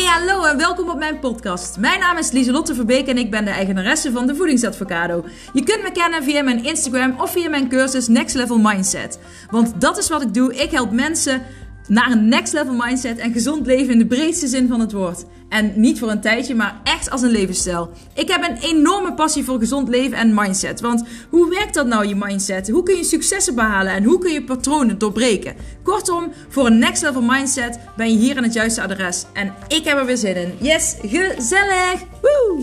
Hallo en welkom op mijn podcast. Mijn naam is Lieselotte Verbeek en ik ben de eigenaresse van de Voedingsadvocado. Je kunt me kennen via mijn Instagram of via mijn cursus Next Level Mindset. Want dat is wat ik doe. Ik help mensen naar een next level mindset en gezond leven in de breedste zin van het woord. En niet voor een tijdje, maar echt als een levensstijl. Ik heb een enorme passie voor gezond leven en mindset. Want hoe werkt dat nou, je mindset? Hoe kun je successen behalen en hoe kun je patronen doorbreken? Kortom, voor een next level mindset ben je hier aan het juiste adres. En ik heb er weer zin in. Yes, gezellig! Woe!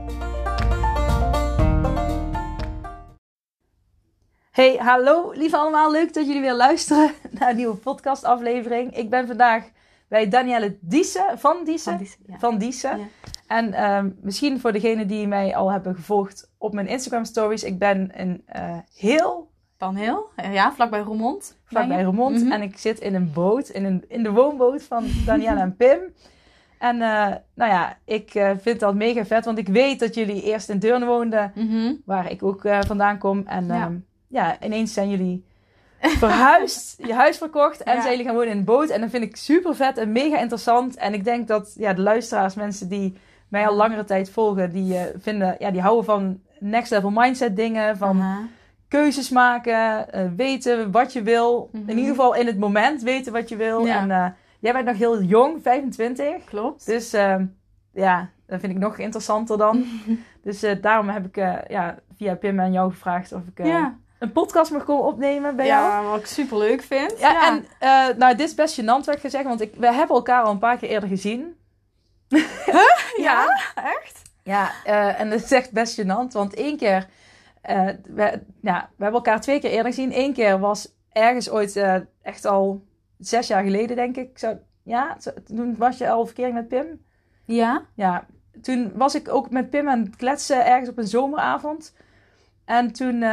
Hey, hallo lieve allemaal. Leuk dat jullie weer luisteren naar een nieuwe podcastaflevering. Ik ben vandaag bij Danielle Diesse, van Diesse. Ja. En misschien voor degenen die mij al hebben gevolgd op mijn Instagram stories. Ik ben in Heel. Van Heel, ja, vlakbij Roermond. Vlakbij Roermond. Mm-hmm. En ik zit in een boot, in de woonboot van Danielle en Pim. En ik vind dat mega vet, want ik weet dat jullie eerst in Deurne woonden, waar ik ook vandaan kom. En ineens zijn jullie verhuisd, je huis verkocht en zijn jullie gaan wonen in een boot. En dat vind ik super vet en mega interessant. En ik denk dat de luisteraars, mensen die mij al langere tijd volgen, die die houden van next level mindset dingen, van keuzes maken, weten wat je wil. In ieder geval in het moment weten wat je wil. Ja. En jij bent nog heel jong, 25. Klopt. Dus dat vind ik nog interessanter dan. Dus daarom heb ik via Pim aan jou gevraagd of ik een podcast mag komen opnemen bij jou. Ja, wat ik super leuk vind. Ja. En dit is best gênant wat ik ga zeggen, want we hebben elkaar al een paar keer eerder gezien. Huh? Ja, echt? Ja, en dat is echt best gênant, want één keer... we hebben elkaar 2 keer eerder gezien. 1 keer was ergens ooit echt al 6 jaar geleden, denk ik. Toen was je al verkering met Pim. Ja? Ja, toen was ik ook met Pim aan het kletsen ergens op een zomeravond. En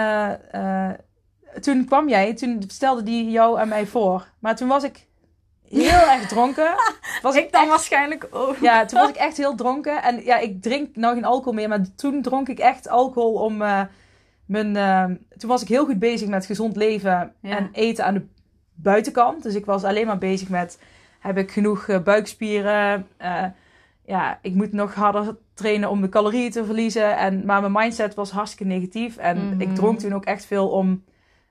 toen kwam jij, toen stelde die jou aan mij voor. Maar toen was ik heel erg dronken. Waarschijnlijk ook. Ja, toen was ik echt heel dronken. En ja, ik drink nou geen alcohol meer. Maar toen dronk ik echt alcohol om toen was ik heel goed bezig met gezond leven en eten aan de buitenkant. Dus ik was alleen maar bezig met, heb ik genoeg buikspieren? Ik moet nog harder trainen om de calorieën te verliezen. Maar mijn mindset was hartstikke negatief. En ik dronk toen ook echt veel om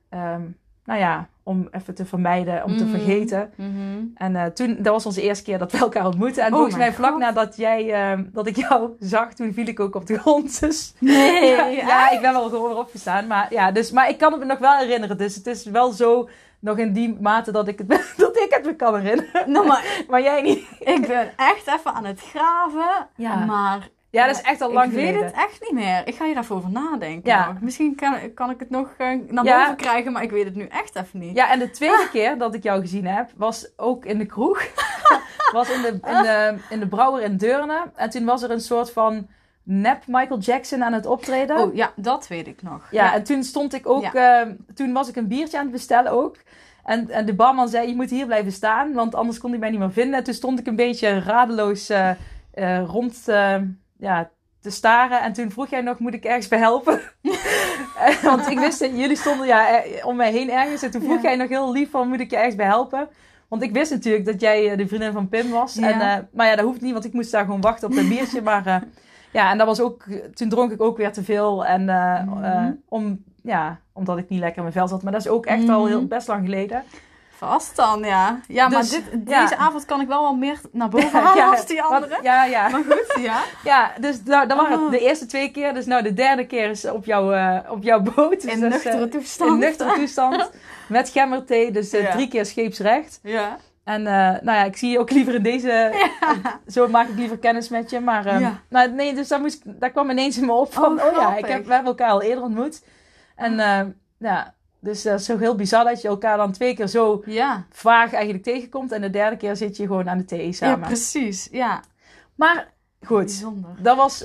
even te vermijden, om te vergeten. En dat was onze eerste keer dat we elkaar ontmoetten. En volgens mij vlak nadat dat ik jou zag, toen viel ik ook op de grond. Dus, nee, ik ben wel gewoon weer opgestaan. Maar ik kan het me nog wel herinneren. Dus het is wel zo, nog in die mate dat ik het me kan herinneren. Nou, maar jij niet. Ik ben echt even aan het graven. Ja. Maar... Ja, dat is echt al lang geleden. Ik weet het echt niet meer. Ik ga hier even over nadenken. Ja. Nog. Misschien kan ik het nog naar boven krijgen, maar ik weet het nu echt even niet. Ja, en de tweede keer dat ik jou gezien heb, was ook in de kroeg. Was in de Brouwer in Deurne. En toen was er een soort van nep Michael Jackson aan het optreden. Oh ja, dat weet ik nog. Ja. En toen stond ik ook... toen was ik een biertje aan het bestellen ook. En de barman zei, je moet hier blijven staan, want anders kon hij mij niet meer vinden. En toen stond ik een beetje radeloos rond... te staren. En toen vroeg jij nog, moet ik ergens bij helpen? Want ik wist, jullie stonden om mij heen ergens. En toen vroeg jij nog heel lief van, moet ik je ergens bij helpen? Want ik wist natuurlijk dat jij de vriendin van Pim was. Ja. Maar dat hoeft niet, want ik moest daar gewoon wachten op een biertje. Maar en dat was ook, toen dronk ik ook weer te veel. En omdat ik niet lekker in mijn vel zat. Maar dat is ook echt al best lang geleden. Vast dan, ja. Ja, dus, maar deze avond kan ik wel meer naar boven halen als die andere. Ja. Maar goed, ja. Ja, dus dat waren het de eerste 2 keer. Dus nou, de derde keer is op jouw boot. Dus in nuchtere toestand. In nuchtere toestand. Met gemberthee. Dus 3 keer scheepsrecht. Ja. En ik zie je ook liever in deze... Zo maak ik liever kennis met je. Maar dus daar kwam ineens in me op van... we hebben elkaar al eerder ontmoet. En dus dat is zo heel bizar dat je elkaar dan 2 keer zo vaag eigenlijk tegenkomt. En de derde keer zit je gewoon aan de thee samen. Ja, precies. Ja. Maar goed, bijzonder. Dat was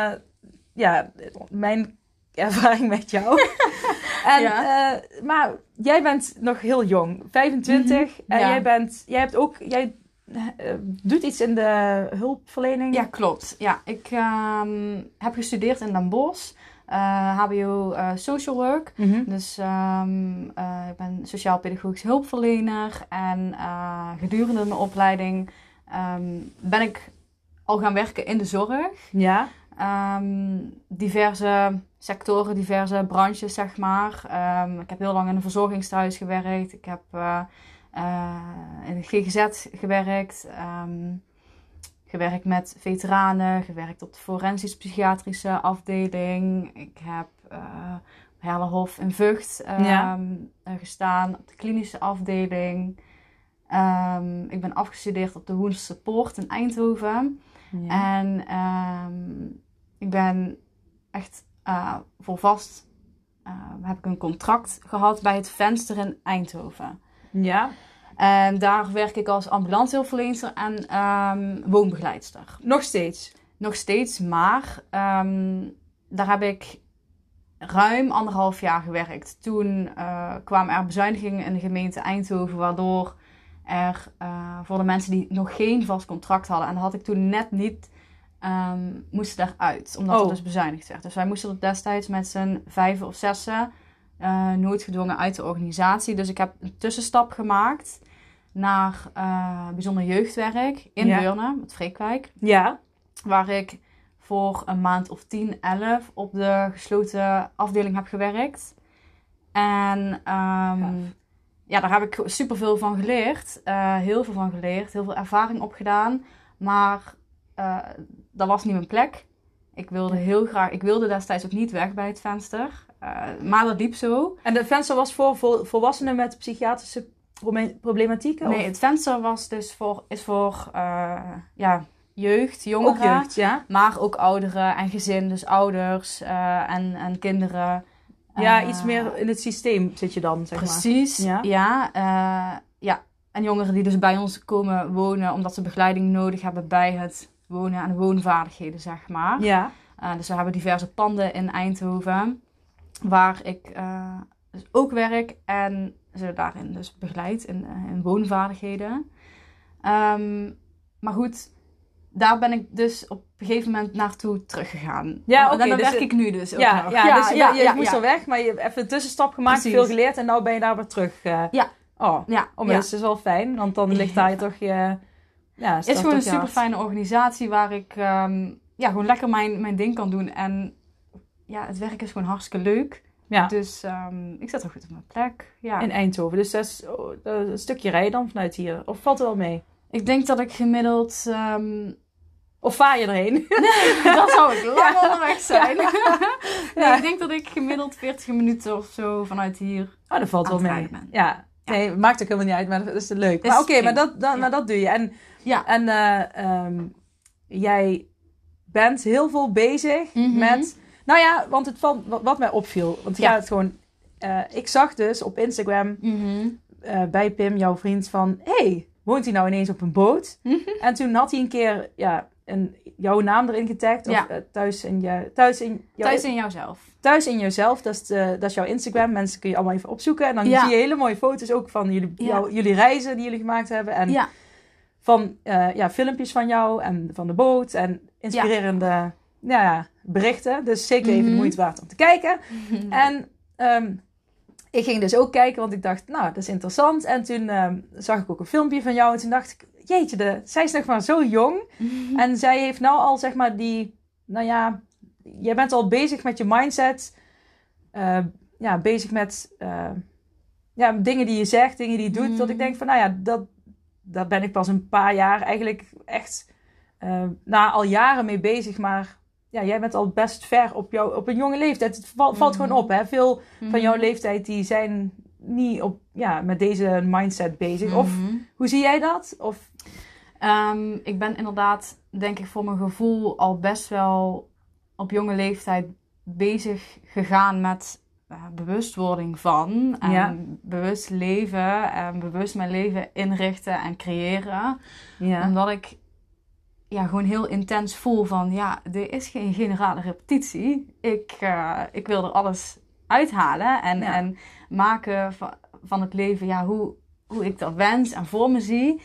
mijn ervaring met jou. Maar jij bent nog heel jong, 25. En jij doet iets in de hulpverlening. Ja, klopt. Ja, ik heb gestudeerd in Den Bosch. HBO Social Work. Dus ik ben sociaal-pedagogisch hulpverlener. En gedurende mijn opleiding ben ik al gaan werken in de zorg. Ja. Diverse sectoren, diverse branches, zeg maar. Ik heb heel lang in een verzorgingstehuis gewerkt. Ik heb in het GGZ gewerkt. Gewerkt met veteranen. Gewerkt op de forensisch-psychiatrische afdeling. Ik heb Herlehof in Vught gestaan. Op de klinische afdeling. Ik ben afgestudeerd op de Woenselse Poort in Eindhoven. Ja. En ik ben echt voor vast heb ik een contract gehad bij het Venster in Eindhoven. Ja. En daar werk ik als ambulancehulpverlener en woonbegeleidster. Nog steeds? Nog steeds, maar daar heb ik ruim 1,5 jaar gewerkt. Toen kwamen er bezuinigingen in de gemeente Eindhoven, waardoor er voor de mensen die nog geen vast contract hadden, en dat had ik toen net niet, moesten daaruit. Omdat er dus bezuinigd werd. Dus wij moesten er destijds met z'n 5 of 6 noodgedwongen uit de organisatie. Dus ik heb een tussenstap gemaakt naar bijzonder jeugdwerk in Deurne, het Freekwijk. Ja. Waar ik voor een maand of 10, 11 op de gesloten afdeling heb gewerkt. En daar heb ik superveel van geleerd. Heel veel van geleerd. Heel veel ervaring opgedaan. Maar dat was niet mijn plek. Ik wilde destijds ook niet weg bij het Venster. Maar dat liep zo. En het Venster was voor volwassenen met psychiatrische problematieken? Nee, het Venster was dus is voor jeugd, jongeren. Ook jeugd, ja. Maar ook ouderen en gezin. Dus ouders en kinderen. Ja, iets meer in het systeem zit je dan, zeg precies, maar. Ja. En jongeren die dus bij ons komen wonen omdat ze begeleiding nodig hebben bij het wonen en de woonvaardigheden, zeg maar. Ja. Dus we hebben diverse panden in Eindhoven waar ik dus ook werk en ze daarin dus begeleid in woonvaardigheden. Maar goed, daar ben ik dus op een gegeven moment naartoe teruggegaan. Ja, oké. En dan dus werk ik nu dus ook nog. Dus je moest er weg, maar je hebt even een tussenstap gemaakt, precies. Veel geleerd en nu ben je daar weer terug. Maar dat is dus wel fijn, want dan ligt daar je toch je... Ja, het is gewoon een super fijne organisatie waar ik gewoon lekker mijn ding kan doen. En het werk is gewoon hartstikke leuk. Ja. Dus ik zit al goed op mijn plek. Ja. In Eindhoven, dus dat is een stukje rijden dan vanuit hier. Of valt er wel mee? Ik denk dat ik gemiddeld... Of vaar je erheen? Dan zou ik lang onderweg zijn. Nee, ik denk dat ik gemiddeld 40 minuten of zo vanuit hier dat valt wel mee. Ben. Ja. Nee, maakt ook helemaal niet uit, maar dat is leuk. Maar dat doe je. En jij bent heel veel bezig met... Nou ja, want het valt, wat mij opviel. Want het gewoon... ik zag dus op Instagram bij Pim, jouw vriend, van... Hey, woont hij nou ineens op een boot? En toen had hij een keer jouw naam erin getagd. Of thuis in jouzelf. Thuis in jezelf, dat is jouw Instagram. Mensen kun je allemaal even opzoeken. En dan zie je hele mooie foto's ook van jullie reizen die jullie gemaakt hebben. En van filmpjes van jou en van de boot. En inspirerende berichten. Dus zeker even de moeite waard om te kijken. En ik ging dus ook kijken, want ik dacht, nou, dat is interessant. En toen zag ik ook een filmpje van jou. En toen dacht ik, jeetje, zij is nog maar zo jong. En zij heeft nou al, zeg maar, jij bent al bezig met je mindset. Bezig met dingen die je zegt, dingen die je doet. Dat ik denk van, dat ben ik pas een paar jaar eigenlijk echt al jaren mee bezig. Maar jij bent al best ver op een jonge leeftijd. Het valt gewoon op, hè. Veel van jouw leeftijd, die zijn niet met deze mindset bezig. Of, hoe zie jij dat? Of... ik ben inderdaad, denk ik, voor mijn gevoel al best wel op jonge leeftijd bezig gegaan met bewustwording van. En bewust leven en bewust mijn leven inrichten en creëren. Ja. Omdat ik gewoon heel intens voel van, er is geen generale repetitie. Ik wil er alles uithalen en maken van het leven hoe ik dat wens en voor me zie.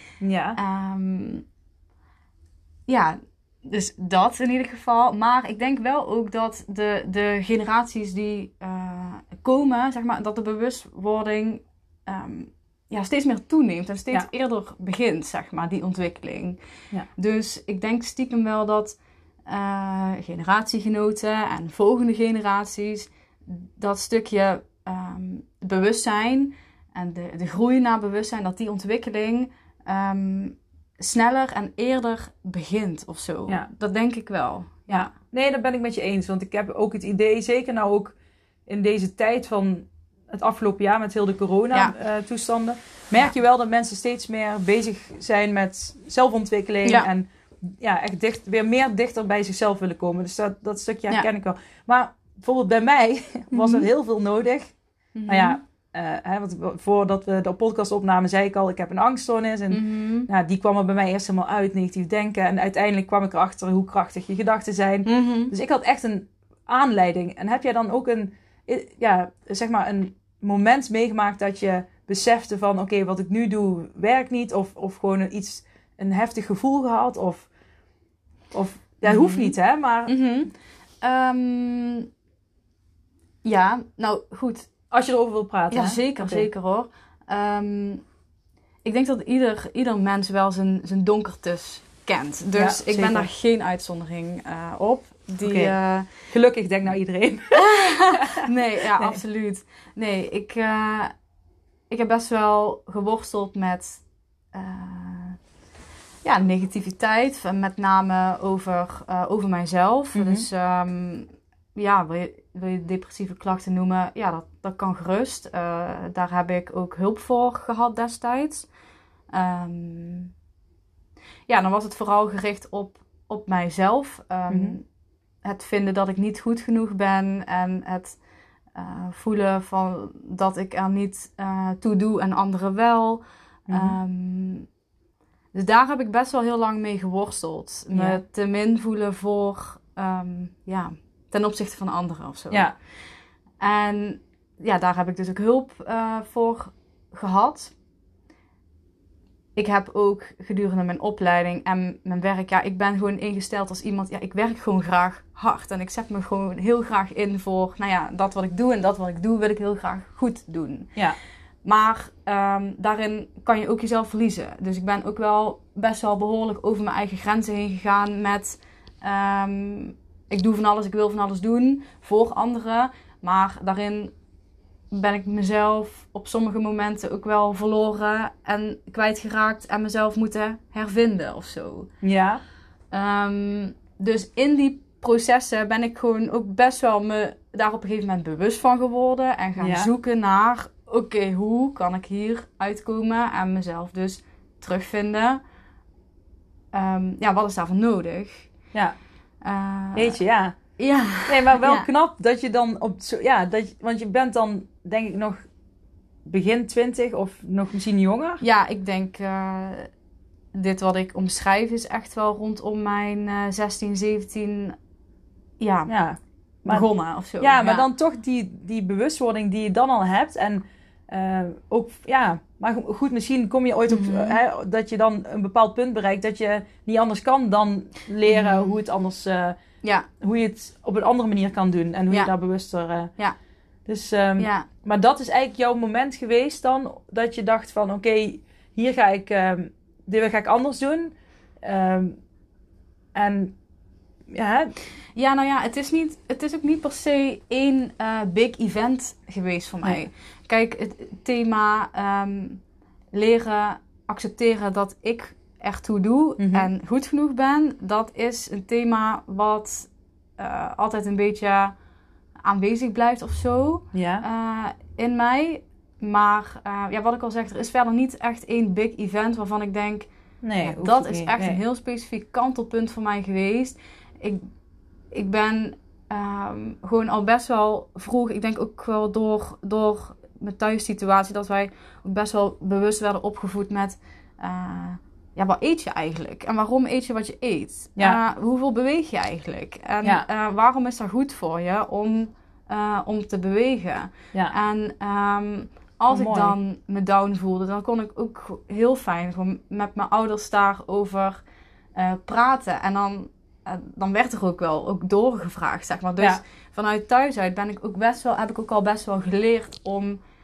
Dus dat in ieder geval. Maar ik denk wel ook dat de generaties die komen, zeg maar, dat de bewustwording steeds meer toeneemt en steeds eerder begint, zeg maar, die ontwikkeling. Ja. Dus ik denk stiekem wel dat generatiegenoten en volgende generaties dat stukje bewustzijn en de groei naar bewustzijn, dat die ontwikkeling sneller en eerder begint of zo. Ja. Dat denk ik wel. Ja, nee, dat ben ik met je eens. Want ik heb ook het idee, zeker nou ook in deze tijd van het afgelopen jaar met heel de corona-toestanden, merk je wel dat mensen steeds meer bezig zijn met zelfontwikkeling en echt weer meer dichter bij zichzelf willen komen. Dus dat stukje herken ik wel. Maar bijvoorbeeld bij mij was er heel veel nodig. Nou ja, want voordat we de podcast opnamen, zei ik al, ik heb een angststoornis. En die kwam er bij mij eerst helemaal uit, negatief denken. En uiteindelijk kwam ik erachter hoe krachtig je gedachten zijn. Dus ik had echt een aanleiding. En heb jij dan ook een moment meegemaakt dat je besefte van, oké, wat ik nu doe werkt niet? Of gewoon een heftig gevoel gehad? Of hoeft niet, hè? Maar... ja, nou goed. Als je erover wil praten. Ja, zeker, zeker hoor. Ik denk dat ieder mens wel zijn donkertes kent. Dus ik ben daar geen uitzondering op. Gelukkig denkt nou iedereen. Nee, absoluut. Nee, ik heb best wel geworsteld met negativiteit. Met name over mijzelf. Dus wil je depressieve klachten noemen? Ja, dat kan gerust. Daar heb ik ook hulp voor gehad destijds. Dan was het vooral gericht op mijzelf. Het vinden dat ik niet goed genoeg ben. En het voelen van dat ik er niet toe doe en anderen wel. Dus daar heb ik best wel heel lang mee geworsteld. Me te min voelen voor... ten opzichte van anderen of zo. Ja. En daar heb ik dus ook hulp voor gehad. Ik heb ook gedurende mijn opleiding en mijn werk... ik ben gewoon ingesteld als iemand... ik werk gewoon graag hard. En ik zet me gewoon heel graag in voor... dat wat ik doe en dat wat ik doe... wil ik heel graag goed doen. Ja. Maar daarin kan je ook jezelf verliezen. Dus ik ben ook wel best wel behoorlijk over mijn eigen grenzen heen gegaan met... ik doe van alles, ik wil van alles doen voor anderen. Maar daarin ben ik mezelf op sommige momenten ook wel verloren en kwijtgeraakt en mezelf moeten hervinden of zo. Ja. Dus in die processen ben ik gewoon ook best wel me daar op een gegeven moment bewust van geworden. En gaan zoeken naar, oké, hoe kan ik hier uitkomen en mezelf dus terugvinden. Wat is daarvoor nodig? Ja. Weet je, ja. Nee, maar wel knap dat je dan want je bent dan denk ik nog begin 20 of nog misschien jonger. Ja, ik denk dit wat ik omschrijf is echt wel rondom mijn 16, 17 begonnen of zo. Ja, maar dan toch die bewustwording die je dan al hebt en ook, maar goed, misschien kom je ooit op dat je dan een bepaald punt bereikt dat je niet anders kan dan leren hoe het anders, hoe je het op een andere manier kan doen en hoe je daar bewuster. Dus, maar dat is eigenlijk jouw moment geweest dan dat je dacht van, oké, hier ga ik, dit ga ik anders doen. Het is ook niet per se één big event geweest voor mij. Nee. Kijk, het thema leren accepteren dat ik ertoe doe en goed genoeg ben, dat is een thema wat altijd een beetje aanwezig blijft of zo in mij. Maar wat ik al zeg, er is verder niet echt één big event waarvan ik denk, dat is echt een heel specifiek kantelpunt voor mij geweest. Ik ben gewoon al best wel vroeg, ik denk ook wel door mijn thuissituatie, dat wij ook best wel bewust werden opgevoed met, wat eet je eigenlijk? En waarom eet je wat je eet? Hoeveel beweeg je eigenlijk? En waarom is dat goed voor je om te bewegen? Ja. En als ik dan me down voelde, dan kon ik ook heel fijn gewoon met mijn ouders daarover praten. En dan werd er ook wel doorgevraagd, zeg maar. Dus vanuit thuis uit heb ik ook al best wel geleerd om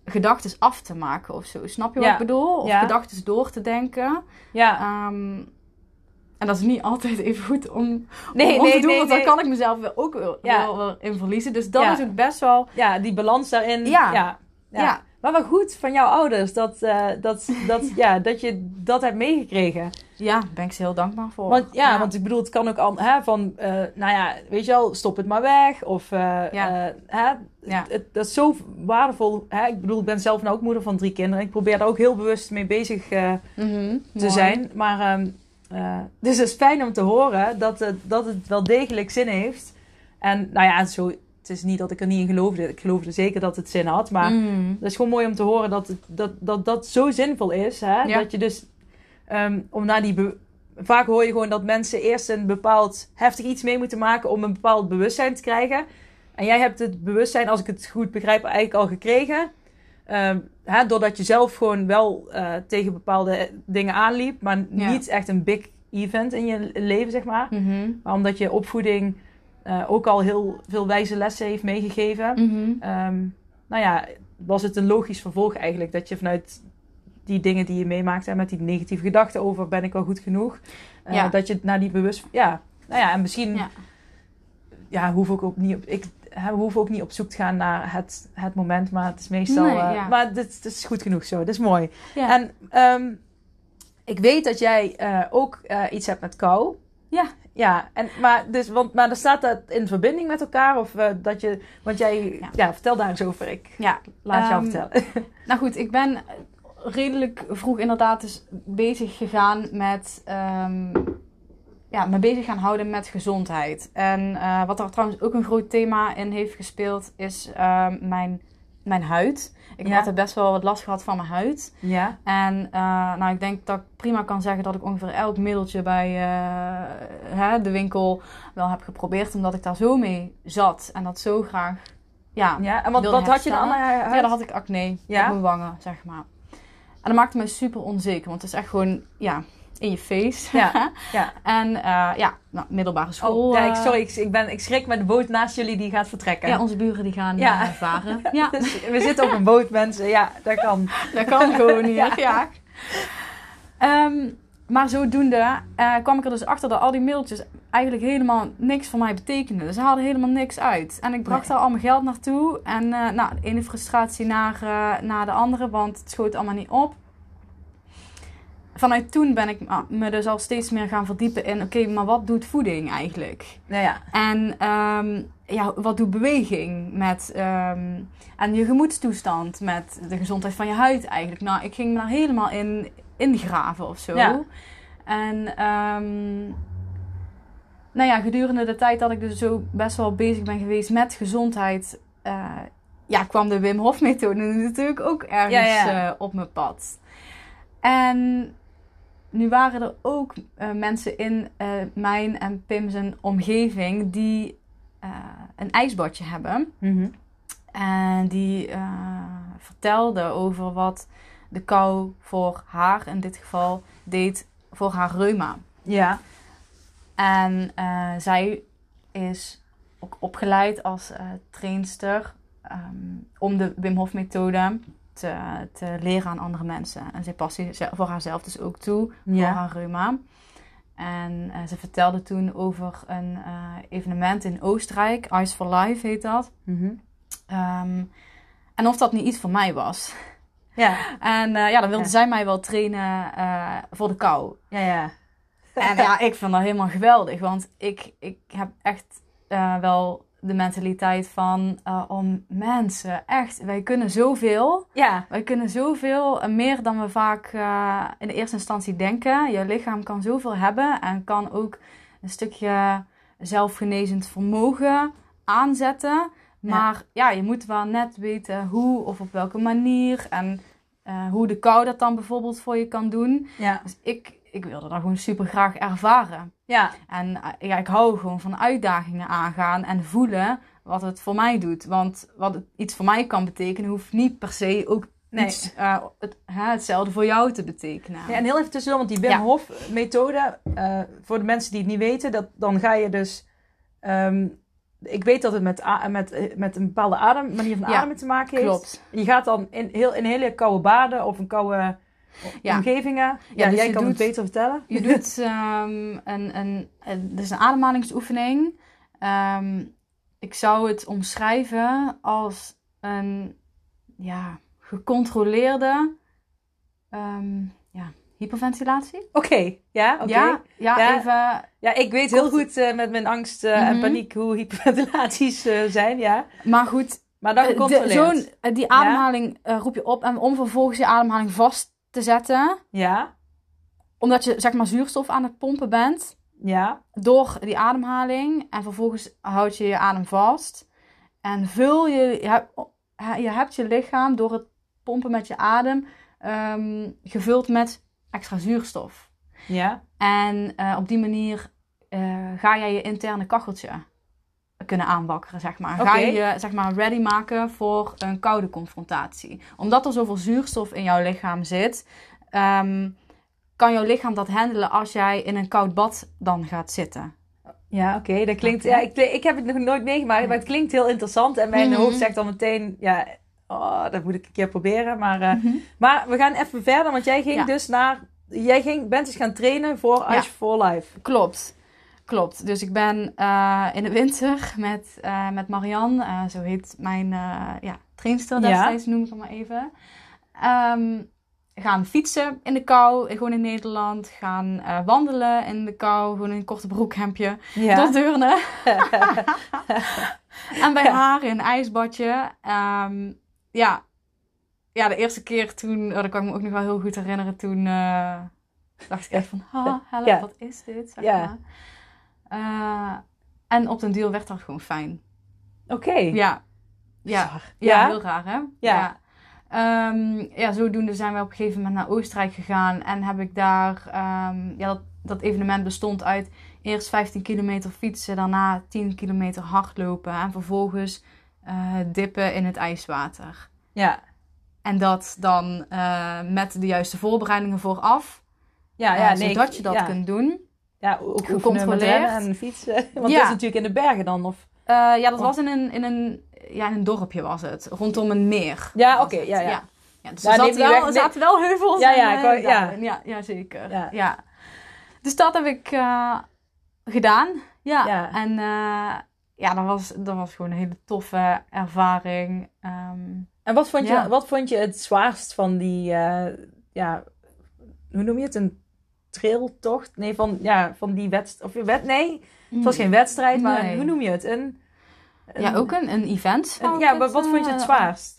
gedachten af te maken of zo. Snap je wat ik bedoel? Of gedachten door te denken. Ja. En dat is niet altijd even goed om te doen. Want dan kan ik mezelf ook wel in verliezen. Dus dat is ook best wel... Ja, die balans daarin. Ja. Maar wel goed van jouw ouders dat je dat hebt meegekregen. Ja, daar ben ik ze heel dankbaar voor. Want ik bedoel, het kan ook weet je wel, stop het maar weg. Of, dat is zo waardevol. Ik bedoel, ik ben zelf nou ook moeder van 3 kinderen. Ik probeer daar ook heel bewust mee bezig te zijn. Maar, dus het is fijn om te horen dat het wel degelijk zin heeft. En zo... Het is niet dat ik er niet in geloofde. Ik geloofde zeker dat het zin had. Maar het is gewoon mooi om te horen dat zo zinvol is. Hè? Ja. Dat je dus... om naar vaak hoor je gewoon dat mensen eerst een bepaald heftig iets mee moeten maken om een bepaald bewustzijn te krijgen. En jij hebt het bewustzijn, als ik het goed begrijp, eigenlijk al gekregen. Doordat je zelf gewoon wel tegen bepaalde dingen aanliep. Maar niet echt een big event in je leven, zeg maar. Mm-hmm. Maar omdat je opvoeding... ook al heel veel wijze lessen heeft meegegeven. Mm-hmm. Was het een logisch vervolg eigenlijk. Dat je vanuit die dingen die je meemaakt... en met die negatieve gedachten over... ben ik wel goed genoeg? Dat je naar die bewust... en misschien... hoef ik ook niet we hoeven ook niet op zoek te gaan naar het moment. Maar het is meestal... Maar dit is goed genoeg zo. Dat is mooi. Ja. En ik weet dat jij ook iets hebt met kou. Ja. Ja, maar dan staat dat in verbinding met elkaar? Of dat je... Want jij... Ja, vertel daar eens over. Laat jou vertellen. Nou goed, ik ben redelijk vroeg inderdaad dus bezig gegaan met... me bezig gaan houden met gezondheid. En wat er trouwens ook een groot thema in heeft gespeeld... is mijn huid. Ik heb altijd best wel wat last gehad van mijn huid. Ja. En ik denk dat ik prima kan zeggen dat ik ongeveer elk middeltje bij de winkel wel heb geprobeerd. Omdat ik daar zo mee zat. En dat zo graag en wat had je dan aan je huid? Ja, dan had ik acne op mijn wangen, zeg maar. En dat maakte me super onzeker. Want het is echt gewoon, in je face. Ja. En middelbare school. Ik schrik met de boot naast jullie die gaat vertrekken. Ja, onze buren die gaan varen. Ja. Dus we zitten op een boot, mensen. Ja, dat kan. Dat kan gewoon hier. Ja. Maar zodoende kwam ik er dus achter dat al die mailtjes eigenlijk helemaal niks voor mij betekenden. Dus ze haalden helemaal niks uit. En ik bracht daar al mijn geld naartoe. En de ene frustratie naar de andere, want het schoot allemaal niet op. Vanuit toen ben ik me dus al steeds meer gaan verdiepen in... Oké, maar wat doet voeding eigenlijk? Ja. En wat doet beweging met... en je gemoedstoestand met de gezondheid van je huid eigenlijk? Nou, ik ging me daar helemaal in graven of zo. Ja. En gedurende de tijd dat ik dus zo best wel bezig ben geweest met gezondheid... kwam de Wim Hof methode natuurlijk ook ergens op mijn pad. En... Nu waren er ook mensen in mijn en Pim's omgeving die een ijsbadje hebben. Mm-hmm. En die vertelden over wat de kou voor haar in dit geval deed voor haar reuma. Ja. En zij is ook opgeleid als trainster om de Wim Hof methode... Te leren aan andere mensen. En zij past die voor haarzelf dus ook toe. Voor haar reuma. En ze vertelde toen over een evenement in Oostenrijk. Ice for Life heet dat. Mm-hmm. En of dat niet iets voor mij was. Ja. En dan wilde zij mij wel trainen voor de kou. Ja. En ik vind dat helemaal geweldig. Want ik heb echt wel... de mentaliteit van, mensen, echt, wij kunnen zoveel. Ja. Wij kunnen zoveel, meer dan we vaak in de eerste instantie denken. Je lichaam kan zoveel hebben en kan ook een stukje zelfgenezend vermogen aanzetten. Maar je moet wel net weten hoe of op welke manier en hoe de kou dat dan bijvoorbeeld voor je kan doen. Ja. Dus ik wilde dat gewoon super graag ervaren. Ja. En ik hou gewoon van uitdagingen aangaan en voelen wat het voor mij doet. Want wat het iets voor mij kan betekenen, hoeft niet per se ook iets, hetzelfde voor jou te betekenen. Ja, en heel even tussendoor, want die Wim Hof methode, voor de mensen die het niet weten, dan ga je dus ik weet dat het met een bepaalde manier van ademen te maken heeft. Klopt. Je gaat dan in hele koude baden of in koude omgevingen. Ja, dus jij kan het beter vertellen. Je doet dus een ademhalingsoefening. Ik zou het omschrijven als een gecontroleerde hyperventilatie. Oké. Ja, even... Ja, ik weet heel goed met mijn angst en paniek hoe hyperventilaties zijn, ja. Maar goed, maar dan gecontroleerd. Die ademhaling roep je op en om vervolgens je ademhaling vast te zetten. Ja. Omdat je, zeg maar, zuurstof aan het pompen bent. Ja. Door die ademhaling. En vervolgens houd je je adem vast. En je hebt je lichaam door het pompen met je adem gevuld met extra zuurstof. Ja. En op die manier ga jij je interne kacheltje kunnen aanwakkeren, zeg maar. Okay. Ga je je, zeg maar, ready maken voor een koude confrontatie. Omdat er zoveel zuurstof in jouw lichaam zit, kan jouw lichaam dat handelen als jij in een koud bad dan gaat zitten. Ja, oké. Dat klinkt... Ja, ik heb het nog nooit meegemaakt, maar het klinkt heel interessant. En mijn hoofd zegt dan meteen... Ja, dat moet ik een keer proberen. Maar we gaan even verder, want jij ging dus bent dus gaan trainen voor Ice for Life. Klopt. Dus ik ben in de winter met Marianne, zo heet mijn trainster destijds, noem ik hem maar even. Gaan fietsen in de kou, gewoon in Nederland. Gaan wandelen in de kou, gewoon in een korte broekhemdje. Door Deurne. En bij haar in een ijsbadje. De eerste keer toen, dat kan ik me ook nog wel heel goed herinneren. Toen dacht ik echt van, help, wat is dit? Zeg maar. En op den duur werd dat gewoon fijn. Oké. Ja, heel raar, hè? Zodoende zijn we op een gegeven moment naar Oostenrijk gegaan. En heb ik daar... dat evenement bestond uit eerst 15 kilometer fietsen. Daarna 10 kilometer hardlopen. En vervolgens dippen in het ijswater. Ja. En dat dan met de juiste voorbereidingen vooraf. Zodat je dat kunt doen. Ja, ook gecontroleerd en fietsen. Want dat is natuurlijk in de bergen dan, of? Dat was in een dorpje was het. Rondom een meer. Ja, oké. Dus er zaten wel heuvels. Ja, zeker. Ja. Dus dat heb ik gedaan. Ja. En dat was gewoon een hele toffe ervaring. En wat vond je het zwaarst van die... hoe noem je het? Een trailtocht? Nee, van die wedstrijd. Nee, het was geen wedstrijd, maar hoe noem je het? Ook een event. Maar wat vond je het zwaarst?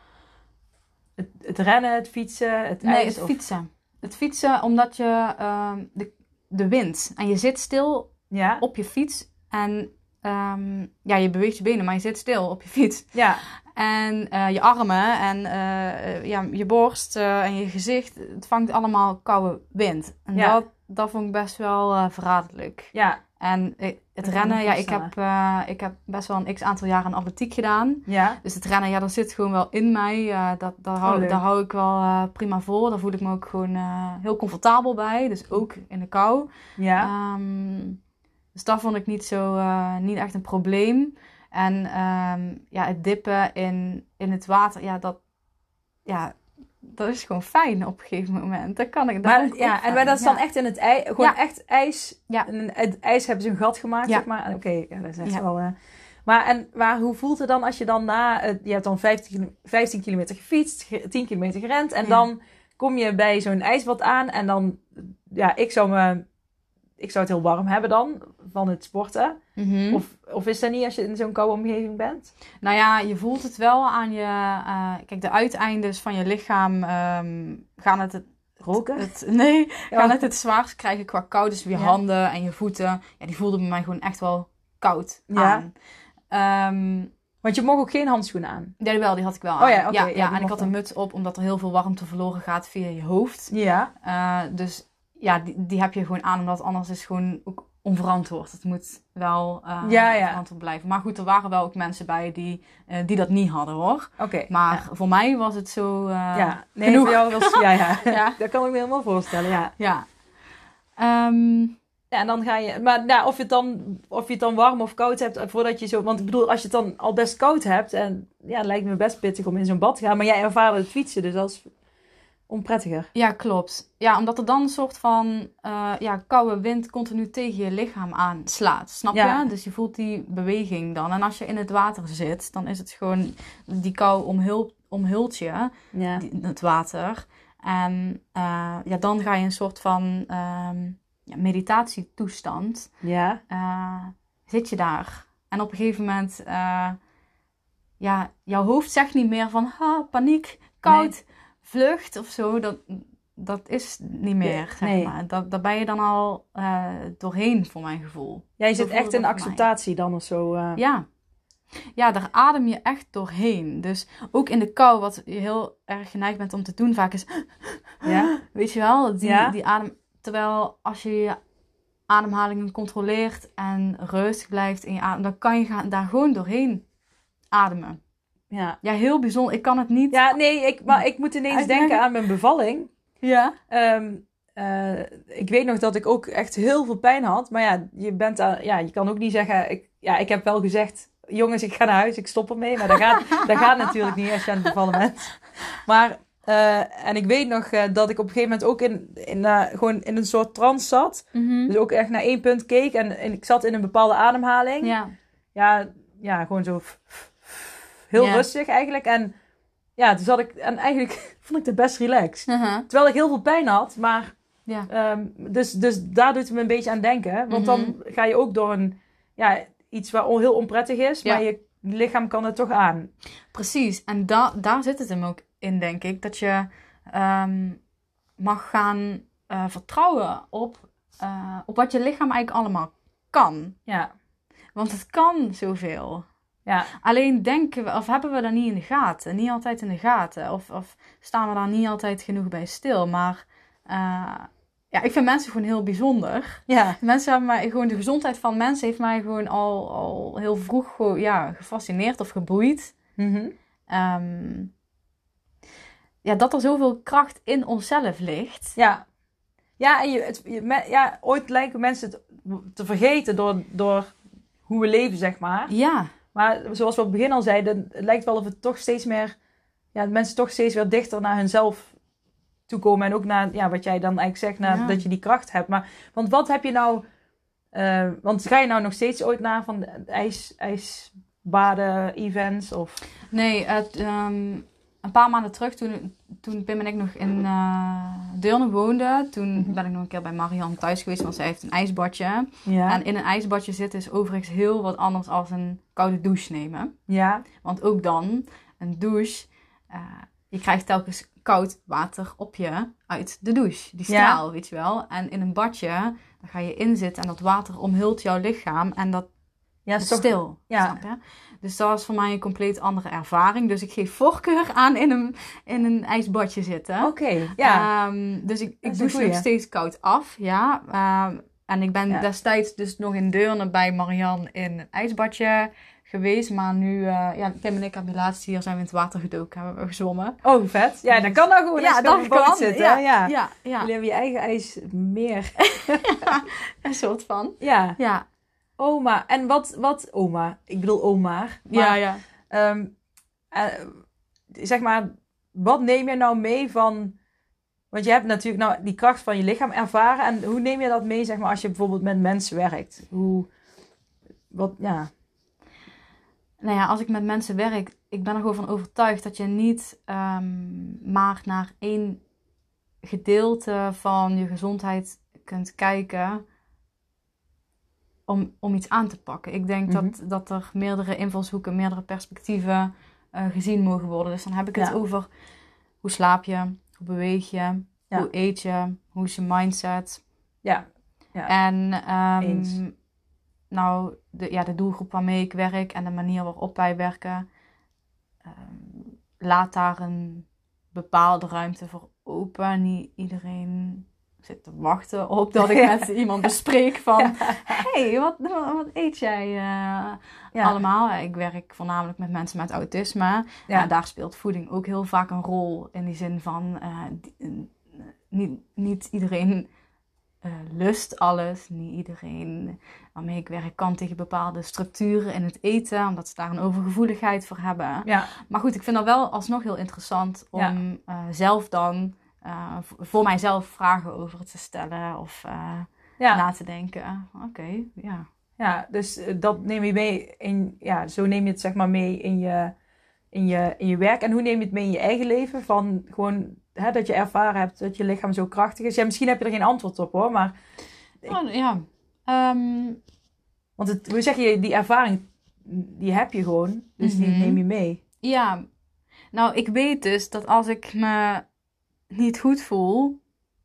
Het rennen, het fietsen, het ijs? Het fietsen. Het fietsen omdat je de wind. En je zit stil op je fiets. En je beweegt je benen, maar je zit stil op je fiets. Ja. En je armen en je borst en je gezicht, het vangt allemaal koude wind. En dat vond ik best wel verraderlijk. Ja. En het rennen, ik heb best wel een x-aantal jaren atletiek gedaan. Ja. Dus het rennen, dat zit gewoon wel in mij. Daar hou ik wel prima voor. Daar voel ik me ook gewoon heel comfortabel bij. Dus ook in de kou. Ja. Dus dat vond ik niet echt een probleem. En het dippen in het water, dat is gewoon fijn op een gegeven moment. Dat kan ik. Maar dat is dan echt in het ijs, gewoon echt ijs. Ja. In het ijs hebben ze een gat gemaakt, zeg maar. Oké, dat is echt wel... Maar hoe voelt het dan als je dan je hebt dan 15 kilometer gefietst, 10 kilometer gerend. En dan kom je bij zo'n ijsbad aan. En dan, ik zou het heel warm hebben dan, van het sporten. Mm-hmm. Of is dat niet als je in zo'n koude omgeving bent? Nou ja, je voelt het wel aan je... kijk, de uiteindes van je lichaam gaan het... Roken? Gaan het zwaarst krijgen qua kou. Dus je handen en je voeten, die voelden bij mij gewoon echt wel koud aan. Want je mocht ook geen handschoenen aan? Jawel, die had ik wel aan. Oh ja, oké. En ik had een muts op, omdat er heel veel warmte verloren gaat via je hoofd. Ja. Dus... die heb je gewoon aan, omdat anders is het gewoon ook onverantwoord. Het moet wel verantwoord blijven. Maar goed, er waren wel ook mensen bij die dat niet hadden, hoor. Okay, maar voor mij was het zo genoeg. Voor jou was... Dat kan ik me helemaal voorstellen, ja. Ja, en dan ga je... Maar nou, of je het dan warm of koud hebt voordat je zo... Want ik bedoel, als je het dan al best koud hebt... En ja, het lijkt me best pittig om in zo'n bad te gaan. Maar jij ervaarde het fietsen, dus dat is onprettiger. Ja, klopt. Ja, omdat er dan een soort van koude wind continu tegen je lichaam aanslaat. Snap je? Ja. Dus je voelt die beweging dan. En als je in het water zit, dan is het gewoon... Die kou omhult je, Ja. het water. En dan ga je een soort van meditatietoestand. Ja. Zit je daar. En op een gegeven moment... jouw hoofd zegt niet meer van... paniek, koud, vlucht of zo. Dat is niet meer, zeg maar. Daar ben je dan al doorheen, voor mijn gevoel. Ja, je zit echt in acceptatie dan of zo. Ja, daar adem je echt doorheen. Dus ook in de kou, wat je heel erg geneigd bent om te doen vaak is... Ja. Weet je wel, die adem... Terwijl als je je ademhalingen controleert en rustig blijft in je adem... dan kan je daar gewoon doorheen ademen. Ja, heel bijzonder. Ik kan het niet... Ja, nee, maar ik moet ineens denken aan mijn bevalling. Ja. Ik weet nog dat ik ook echt heel veel pijn had. Maar ja, je kan ook niet zeggen... Ik heb wel gezegd... Jongens, ik ga naar huis, ik stop ermee. Maar dat gaat natuurlijk niet als je aan het bevallen bent. Maar... en ik weet nog dat ik op een gegeven moment ook gewoon in een soort trance zat. Mm-hmm. Dus ook echt naar één punt keek. En ik zat in een bepaalde ademhaling. Ja, gewoon zo... Heel rustig eigenlijk. En ja, toen zat ik... En eigenlijk vond ik het best relaxed. Uh-huh. Terwijl ik heel veel pijn had. Maar... Ja. Dus daar doet het me een beetje aan denken. Want dan ga je ook door iets waar heel onprettig is. Maar je lichaam kan het toch aan. Precies. En daar zit het hem ook in, denk ik. Dat je mag gaan vertrouwen op wat je lichaam eigenlijk allemaal kan. Ja. Want het kan zoveel. Ja. Alleen denken we, of hebben we dat niet in de gaten. Niet altijd in de gaten. Of staan we daar niet altijd genoeg bij stil. Maar ik vind mensen gewoon heel bijzonder. Ja. Mensen hebben mij gewoon... De gezondheid van mensen heeft mij gewoon al heel vroeg gefascineerd of geboeid. Mm-hmm. Dat er zoveel kracht in onszelf ligt. Ja. Ja, en ooit lijken mensen het te vergeten door hoe we leven, zeg maar. Ja. Maar zoals we op het begin al zeiden, het lijkt wel of het toch steeds meer... Ja, mensen toch steeds weer dichter naar hunzelf toekomen. En ook naar, wat jij dan eigenlijk zegt, dat je die kracht hebt. Maar, want wat heb je nou... want ga je nou nog steeds ooit naar van ijsbaden, events? Of? Nee, een paar maanden terug, toen Pim en ik nog in Deurne woonden, toen ben ik nog een keer bij Marianne thuis geweest, want zij heeft een ijsbadje. Ja. En in een ijsbadje zitten is overigens heel wat anders dan een koude douche nemen. Ja. Want ook dan, een douche, je krijgt telkens koud water op je uit de douche. Die straal, weet je wel. En in een badje, dan ga je inzitten en dat water omhult jouw lichaam en dat is stil. Ja. Snap je? Dus dat was voor mij een compleet andere ervaring. Dus ik geef voorkeur aan in een ijsbadje zitten. Oké, ja. Dus ik douche nog steeds koud af. Ja. En ik ben destijds dus nog in Deurne bij Marianne in een ijsbadje geweest. Maar nu, Tim en ik hebben laatst hier zijn we in het water gedoken. Hebben we gezwommen. Oh, vet. Ja, dat kan nou gewoon. Ja, dat kan. Zitten. Ja. Jullie hebben je eigen ijsmeer. Een soort van. Ja. Oma. En wat oma? Ik bedoel oma. Maar, zeg maar, wat neem je nou mee van... Want je hebt natuurlijk nou die kracht van je lichaam ervaren. En hoe neem je dat mee, zeg maar, als je bijvoorbeeld met mensen werkt? Nou ja, als ik met mensen werk, ik ben er gewoon van overtuigd dat je niet maar naar één gedeelte van je gezondheid kunt kijken om iets aan te pakken. Ik denk dat er meerdere invalshoeken, meerdere perspectieven gezien mogen worden. Dus dan heb ik het over hoe slaap je, hoe beweeg je, hoe eet je, hoe is je mindset. Ja. En de doelgroep waarmee ik werk en de manier waarop wij werken, laat daar een bepaalde ruimte voor open. Niet iedereen zit te wachten op dat ik met iemand bespreek van... Hey, wat eet jij allemaal? Ik werk voornamelijk met mensen met autisme. Ja. En daar speelt voeding ook heel vaak een rol. In die zin van... niet iedereen lust alles. Niet iedereen waarmee ik werk kan tegen bepaalde structuren in het eten. Omdat ze daar een overgevoeligheid voor hebben. Ja. Maar goed, ik vind dat wel alsnog heel interessant om zelf dan voor mijzelf vragen over te stellen. Of na te denken. Oké, ja. Ja, dus dat neem je mee zo neem je het zeg maar mee in je werk. En hoe neem je het mee in je eigen leven? Van gewoon dat je ervaren hebt dat je lichaam zo krachtig is. Ja, misschien heb je er geen antwoord op hoor, maar... Want hoe zeg je, die ervaring, die heb je gewoon. Dus die neem je mee. Ja, nou ik weet dus dat als ik me niet goed voel,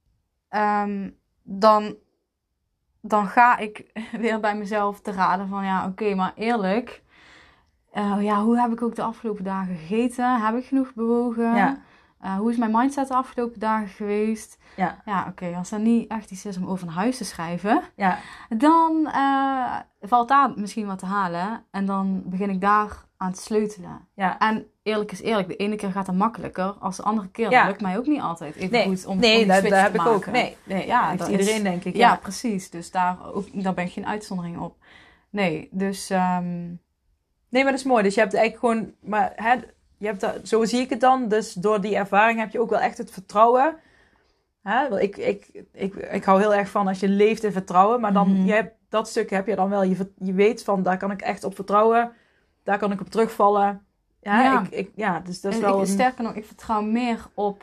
dan ga ik weer bij mezelf te raden van oké, maar eerlijk, hoe heb ik ook de afgelopen dagen gegeten? Heb ik genoeg bewogen? Ja. Hoe is mijn mindset de afgelopen dagen geweest? Ja. Oké, als er niet echt iets is om over naar huis te schrijven, ja. dan valt daar misschien wat te halen. En dan begin ik daar aan te sleutelen. Ja. En eerlijk is eerlijk, de ene keer gaat het makkelijker als de andere keer. Dat lukt mij ook niet altijd even goed om die switch te heb maken. Ik ook. Nee, dat heeft iedereen denk ik. Ja, precies. Dus daar ben ik geen uitzondering op. Nee, dus... Nee, maar dat is mooi. Dus je hebt eigenlijk gewoon... Maar je hebt dat, zo zie ik het dan. Dus door die ervaring heb je ook wel echt het vertrouwen. Want ik hou heel erg van als je leeft in vertrouwen. Maar dan, dat stuk heb je dan wel. Je weet van, daar kan ik echt op vertrouwen. Daar kan ik op terugvallen. Dus dat is wel... Sterker nog, ik vertrouw meer op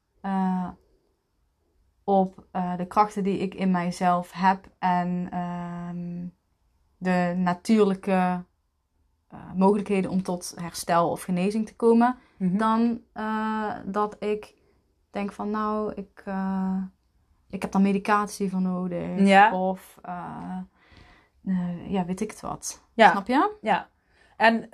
de krachten die ik in mijzelf heb. En de natuurlijke... mogelijkheden om tot herstel of genezing te komen, dan dat ik denk van ik heb daar medicatie voor nodig of weet ik het wat. Ja. Snap je? Ja. En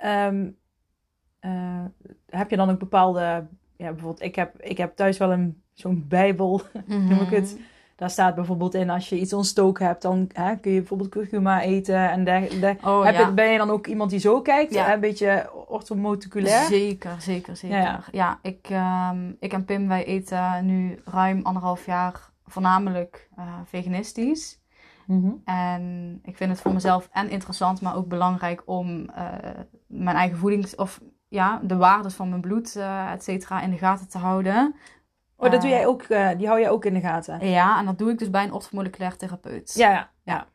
heb je dan ook bepaalde, bijvoorbeeld ik heb thuis wel zo'n bijbel, noem ik het. Daar staat bijvoorbeeld in, als je iets ontstoken hebt, dan kun je bijvoorbeeld kurkuma eten. En ben je dan ook iemand die zo kijkt? Een beetje orthomoleculair? Zeker. Ja, ik en Pim, wij eten nu ruim 1,5 jaar voornamelijk veganistisch. En ik vind het voor mezelf interessant, maar ook belangrijk om mijn eigen de waardes van mijn bloed, et cetera, in de gaten te houden. Oh, dat doe jij ook, die hou jij ook in de gaten? Ja, en dat doe ik dus bij een orthomoleculair therapeut. Ja.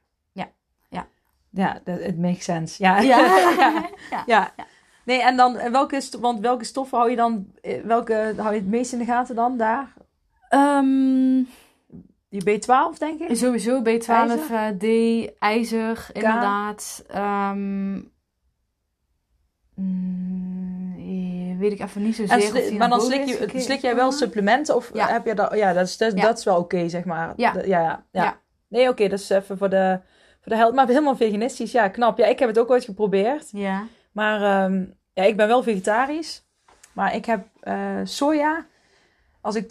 Ja, it makes sense. Ja. Nee, en dan, welke stoffen hou je dan, welke hou je het meest in de gaten dan, daar? Die B12, denk ik? Sowieso, B12, ijzer. D, ijzer, inderdaad. Weet ik even niet zozeer. Maar dan slik jij wel supplementen? Of heb je dat? Ja, dat is wel oké, zeg maar. Ja. Nee, oké, dat is even voor de helft. Maar helemaal veganistisch, ja, knap. Ja, ik heb het ook ooit geprobeerd. Ja. Maar ik ben wel vegetarisch. Maar ik heb soja. Als ik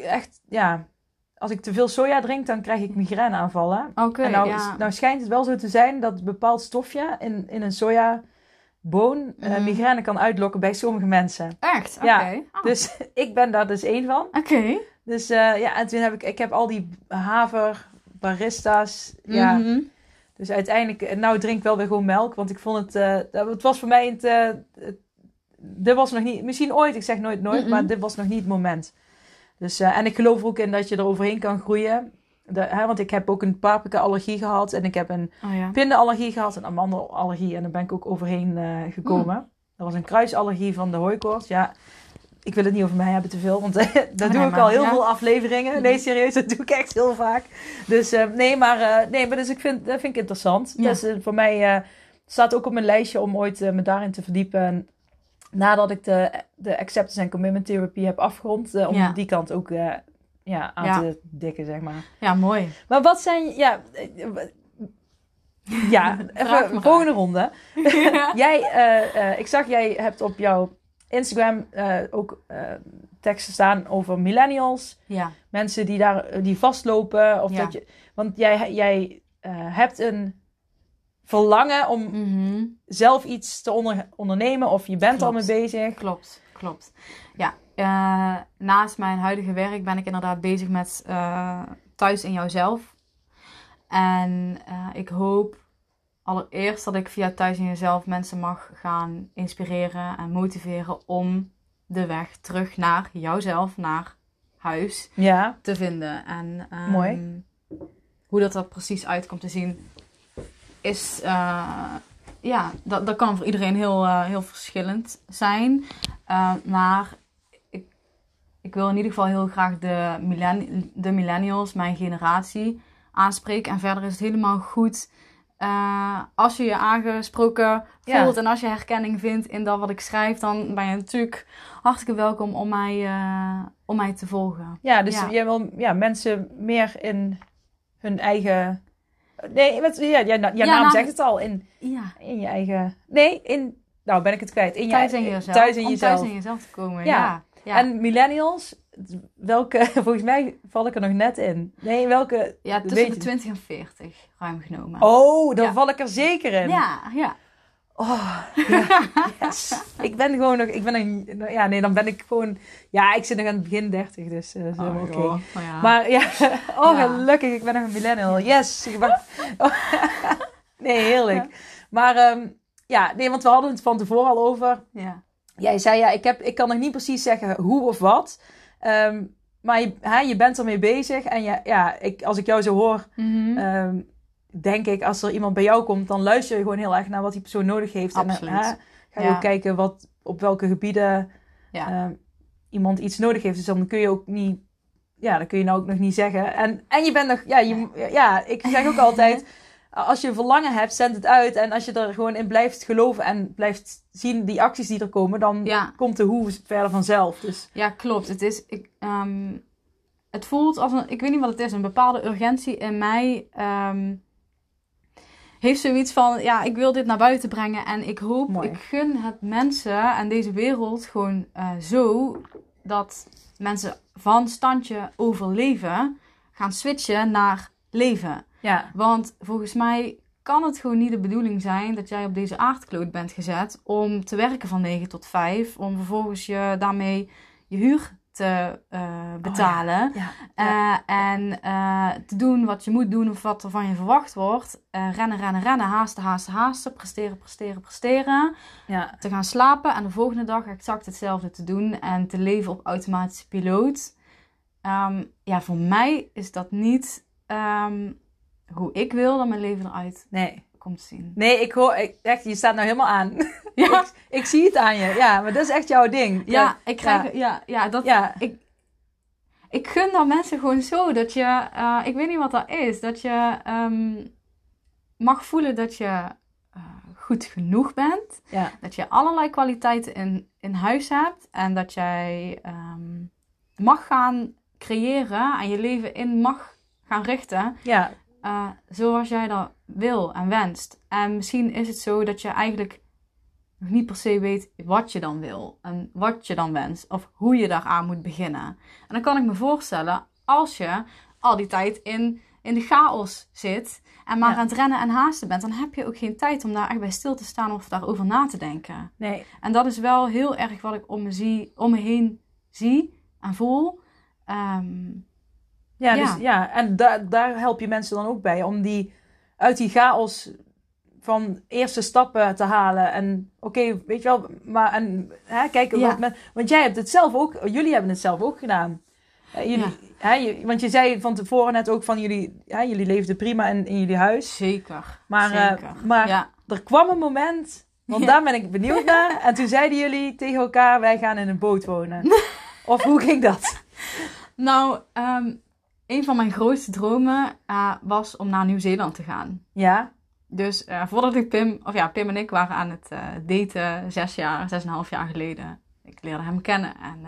te veel soja drink, dan krijg ik migraineaanvallen. Oké, en nou schijnt het wel zo te zijn dat een bepaald stofje in een sojaboon migraine kan uitlokken bij sommige mensen. Echt? Oké. Ja, dus ik ben daar dus één van. Oké. Dus en toen heb al die haver, barista's. Ja. Dus uiteindelijk, nou drink ik wel weer gewoon melk. Want ik vond het was voor mij dit was nog niet, misschien ooit, ik zeg nooit, maar dit was nog niet het moment. Dus, en ik geloof er ook in dat je er overheen kan groeien. Want ik heb ook een paprika-allergie gehad. En ik heb een pindenallergie gehad. Een amandelallergie. En daar ben ik ook overheen gekomen. Dat was een kruisallergie van de hooikoorts. Ja, ik wil het niet over mij hebben te veel. Want dat doe ik al heel veel afleveringen. Nee, serieus, dat doe ik echt heel vaak. Dus maar dus dat vind ik interessant. Ja. Dus voor mij staat ook op mijn lijstje om ooit me daarin te verdiepen. En nadat ik de acceptance en commitment therapie heb afgerond, om die kant ook aan te dikken, zeg maar. Ja, mooi. Maar wat zijn... even volgende ronde. Ik zag, jij hebt op jouw Instagram ook teksten staan over millennials. Ja. Mensen die vastlopen. Of want jij hebt een verlangen om zelf iets te ondernemen. Of je bent al mee bezig. Klopt. Ja, naast mijn huidige werk ben ik inderdaad bezig met thuis in jouzelf. En ik hoop allereerst dat ik via Thuis in Jezelf mensen mag gaan inspireren en motiveren om de weg terug naar jouzelf, naar huis te vinden. En mooi. Hoe dat precies uit komt te zien is, dat kan voor iedereen heel verschillend zijn. Maar ik wil in ieder geval heel graag de millennials, mijn generatie, aanspreken. En verder is het helemaal goed als je je aangesproken voelt en als je herkenning vindt in dat wat ik schrijf, dan ben je natuurlijk hartstikke welkom om mij te volgen. Ja, dus jij wil mensen meer in hun eigen... Nee, naam zegt het al. In je eigen... Nee, nou ben ik het kwijt. Thuis in jezelf. Thuis in jezelf. Thuis in jezelf te komen, ja. En millennials, welke... Volgens mij val ik er nog net in. Nee, welke... Ja, tussen de 20 en 40, ruim genomen. Oh, dan val ik er zeker in. Ja. Oh, ja. Yes. Ik ben gewoon nog... dan ben ik gewoon... Ja, ik zit nog aan het begin 30, dus dat is helemaal oké. Oh, Maar gelukkig, ik ben nog een millennial. Yes! Nee, heerlijk. Maar want we hadden het van tevoren al over. Ja. Jij zei, ik kan nog niet precies zeggen hoe of wat. Maar je bent ermee bezig. En als ik jou zo hoor... denk ik, als er iemand bij jou komt, dan luister je gewoon heel erg naar wat die persoon nodig heeft. Absoluut. En ga je ook kijken op welke gebieden iemand iets nodig heeft. Dus dan kun je ook niet, dan kun je nou ook nog niet zeggen. En je bent nog, ik zeg ook altijd, als je een verlangen hebt, zend het uit. En als je er gewoon in blijft geloven en blijft zien die acties die er komen, dan komt de hoe verder vanzelf. Dus. Ja, klopt. Het voelt als ik weet niet wat het is, een bepaalde urgentie in mij heeft zoiets van, ik wil dit naar buiten brengen en ik hoop, mooi. Ik gun het mensen en deze wereld gewoon zo dat mensen van standje overleven gaan switchen naar leven. Ja. Want volgens mij kan het gewoon niet de bedoeling zijn dat jij op deze aardkloot bent gezet om te werken van 9 tot 5, om vervolgens je daarmee je huur te betalen. En te doen wat je moet doen of wat er van je verwacht wordt. Rennen, haasten, presteren. Ja. Te gaan slapen en de volgende dag exact hetzelfde te doen en te leven op automatische piloot. Voor mij is dat niet hoe ik wil dat mijn leven eruit komt te zien. Nee, echt, je staat nou helemaal aan. Ja. ik zie het aan je. Ja, maar dat is echt jouw ding. Ja, ik krijg... Ik gun dat mensen gewoon zo dat je... ik weet niet wat dat is. Dat je mag voelen dat je goed genoeg bent. Ja. Dat je allerlei kwaliteiten in huis hebt. En dat jij mag gaan creëren en je leven in mag gaan richten. Ja. Zoals jij dat wil en wenst. En misschien is het zo dat je eigenlijk nog niet per se weet wat je dan wil. En wat je dan wenst. Of hoe je daaraan moet beginnen. En dan kan ik me voorstellen, als je al die tijd in de chaos zit. En maar aan het rennen en haasten bent. Dan heb je ook geen tijd om daar echt bij stil te staan of daarover na te denken. Nee. En dat is wel heel erg wat ik om me heen zie en voel. Dus, en daar help je mensen dan ook bij. Om uit die chaos van eerste stappen te halen. En weet je wel, maar kijken want jij hebt het zelf ook, jullie hebben het zelf ook gedaan. Want je zei van tevoren net ook van jullie leefden prima in jullie huis. Zeker. Maar er kwam een moment, want daar ben ik benieuwd naar. En toen zeiden jullie tegen elkaar, wij gaan in een boot wonen. Of hoe ging dat? Nou, een van mijn grootste dromen was om naar Nieuw-Zeeland te gaan. Ja. Dus voordat ik Pim en ik waren aan het daten 6,5 jaar geleden. Ik leerde hem kennen en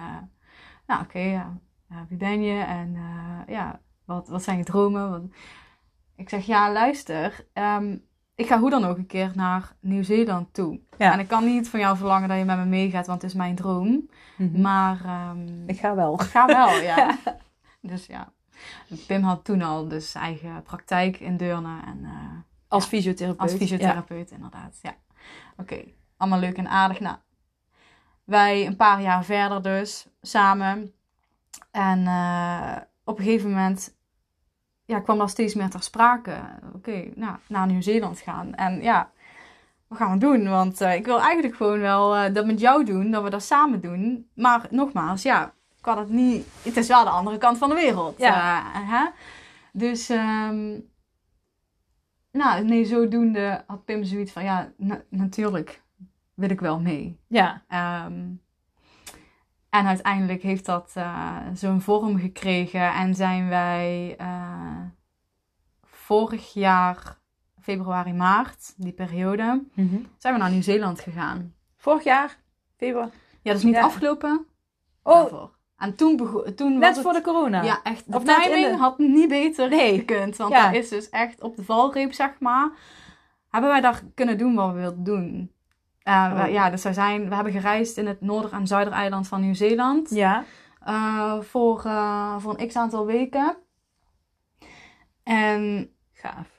wie ben je? En wat zijn je dromen? Ik zeg, luister, ik ga hoe dan ook een keer naar Nieuw-Zeeland toe. Ja. En ik kan niet van jou verlangen dat je met me meegaat, want het is mijn droom. Mm-hmm. Maar... ik ga wel. Ja. Dus ja. Pim had toen al dus eigen praktijk in Deurne. En, als fysiotherapeut. Als fysiotherapeut, inderdaad. Ja. Oké. Allemaal leuk en aardig. Nou, wij een paar jaar verder dus, samen. En op een gegeven moment kwam dat steeds meer ter sprake. Oké, nou, naar Nieuw-Zeeland gaan. En ja, wat gaan we doen? Want ik wil eigenlijk gewoon wel dat met jou doen. Dat we dat samen doen. Maar nogmaals, ja, kan het niet. Het is wel de andere kant van de wereld. Ja. Hè? Dus, nou, nee, zodoende had Pim zoiets van, ja, natuurlijk wil ik wel mee. Ja. En uiteindelijk heeft dat zo'n vorm gekregen. En zijn wij vorig jaar, februari, maart, die periode, zijn we naar Nieuw-Zeeland gegaan. Vorig jaar? Februari? Ja, dus niet afgelopen. Oh. Daarvoor. En toen net was voor het, de corona? Ja, echt. De Of net timing had niet beter gekund. Want Ja. dat is dus echt op de valreep, zeg maar. Hebben wij daar kunnen doen wat we wilden doen. Dus we hebben gereisd in het Noorder- en Zuidereiland van Nieuw-Zeeland. Ja. Voor een x-aantal weken. En Gaaf.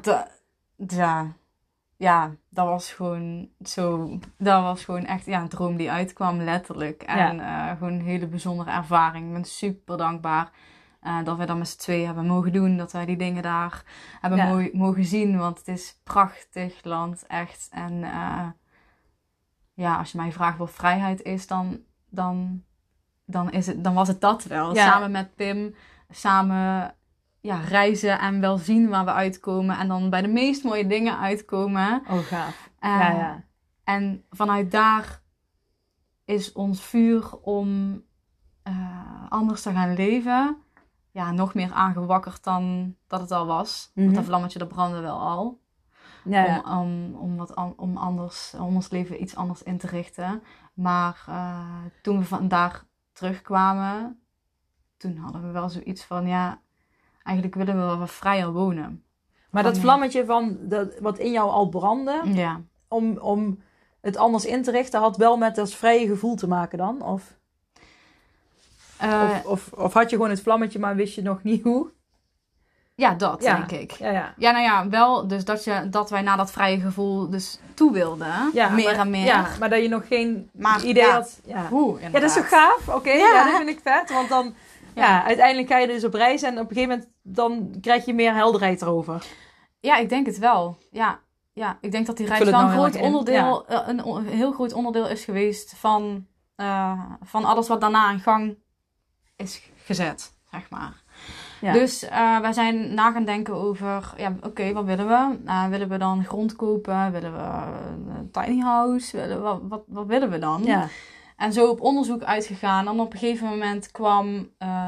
dat was gewoon zo. Dat was gewoon echt een droom die uitkwam, letterlijk. En gewoon een hele bijzondere ervaring. Ik ben super dankbaar dat we dat met z'n tweeën hebben mogen doen. Dat wij die dingen daar hebben mogen zien. Want het is prachtig land, echt. En als je mij vraagt wat vrijheid is, dan was het dat wel. Ja. Samen met Pim, samen reizen en wel zien waar we uitkomen. En dan bij de meest mooie dingen uitkomen. Oh, gaaf. En vanuit daar is ons vuur om anders te gaan leven nog meer aangewakkerd dan dat het al was. Want dat vlammetje, dat brandde wel al. Ja. Om ons leven iets anders in te richten. Maar toen we vandaar terugkwamen, toen hadden we wel zoiets van, eigenlijk willen we wel vrijer wonen. Maar dat vlammetje wat in jou al brandde, om het anders in te richten, had wel met dat vrije gevoel te maken dan? Of had je gewoon het vlammetje, maar wist je nog niet hoe? Ja, dat denk ik. Wel dus dat wij naar dat vrije gevoel dus toe wilden. Meer en meer. Ja, maar dat je nog geen idee had. Ja. Hoe, ja, dat is toch gaaf? Oké, dat vind ik vet. Want dan, uiteindelijk ga je dus op reis en op een gegeven moment dan krijg je meer helderheid erover. Ja, ik denk het wel. Ja, ik denk dat die reis wel een groot onderdeel, een heel groot onderdeel is geweest van alles wat daarna in gang is gezet, zeg maar. Ja. Dus wij zijn na gaan denken over, wat willen we? Willen we dan grond kopen? Willen we een tiny house? Wat willen we dan? Ja. En zo op onderzoek uitgegaan. En op een gegeven moment kwam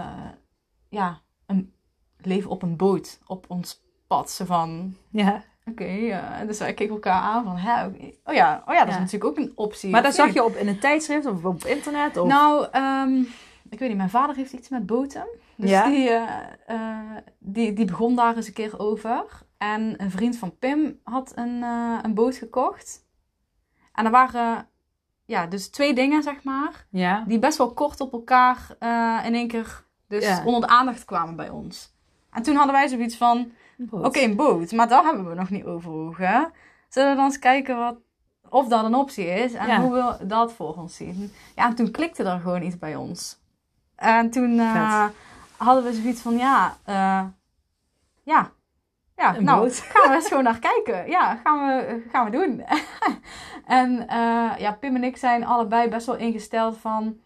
een leven op een boot op ons pad. Zo van, dus wij keken elkaar aan van, dat is natuurlijk ook een optie. Maar dat zag je in een tijdschrift of op internet? Of? Nou, ik weet niet, mijn vader heeft iets met boten. Dus die begon daar eens een keer over. En een vriend van Pim had een boot gekocht. En er waren dus 2 dingen, zeg maar. Ja. Die best wel kort op elkaar in één keer onder de aandacht kwamen bij ons. En toen hadden wij zoiets van, oké, een boot. Maar daar hebben we nog niet overwogen. Zullen we dan eens kijken of dat een optie is. En hoe we dat voor ons zien. Ja, en toen klikte er gewoon iets bij ons. En toen hadden we zoiets van, gaan we eens gewoon naar kijken. Ja, gaan we doen. En Pim en ik zijn allebei best wel ingesteld van,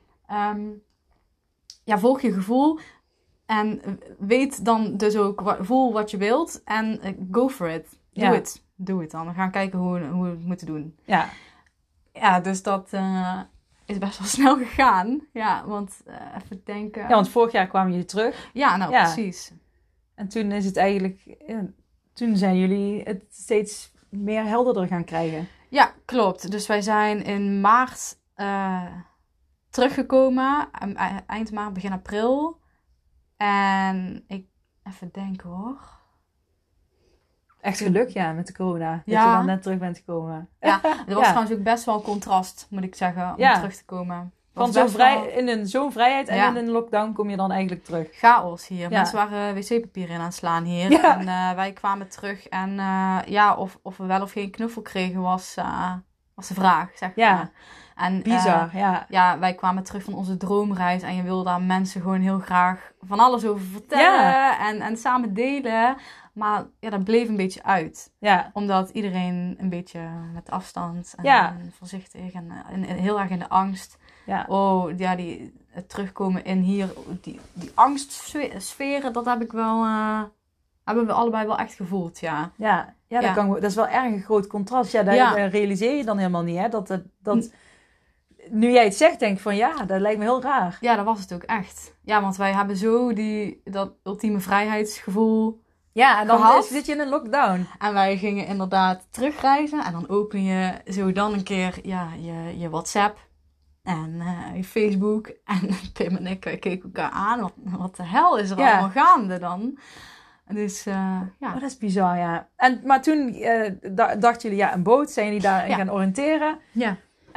volg je gevoel. En weet dan dus ook, voel wat je wilt. En go for it. Doe het dan. We gaan kijken hoe we het moeten doen. Ja, dus dat is best wel snel gegaan. Ja, want even denken. Ja, want vorig jaar kwamen jullie terug. Ja, precies. En toen is het eigenlijk, toen zijn jullie het steeds meer helderder gaan krijgen. Ja, klopt. Dus wij zijn in maart teruggekomen. Eind maart, begin april. En even denken hoor. Echt geluk, met de corona. Dat je dan net terug bent gekomen. Ja, er was trouwens ook best wel een contrast, moet ik zeggen, om terug te komen. Van zo'n vrijheid en in een lockdown kom je dan eigenlijk terug. Chaos hier. Ja. Mensen waren wc-papier in aan het slaan hier. Ja. En wij kwamen terug en of we wel of geen knuffel kregen was was de vraag, zeg maar. Ja, en, bizar, ja, wij kwamen terug van onze droomreis en je wil daar mensen gewoon heel graag van alles over vertellen en samen delen. Maar ja, dat bleef een beetje uit. Ja. Omdat iedereen een beetje met afstand en voorzichtig en heel erg in de angst. Ja. Oh, ja, het terugkomen in hier, die angstsferen, dat hebben we allebei wel echt gevoeld, ja. Ja, dat is wel erg een groot contrast. Ja, dat realiseer je dan helemaal niet, hè. Dat nu jij het zegt, denk ik van dat lijkt me heel raar. Ja, dat was het ook echt. Ja, want wij hebben zo dat ultieme vrijheidsgevoel. Ja, en dan zit je in een lockdown. En wij gingen inderdaad terugreizen. En dan open je zo dan een keer je WhatsApp en je Facebook. En Pim en ik keken elkaar aan. Wat de hel is er allemaal gaande dan? Dus Oh, dat is bizar, ja. Maar toen dachten jullie, een boot. Zijn jullie daarin gaan oriënteren? Ja.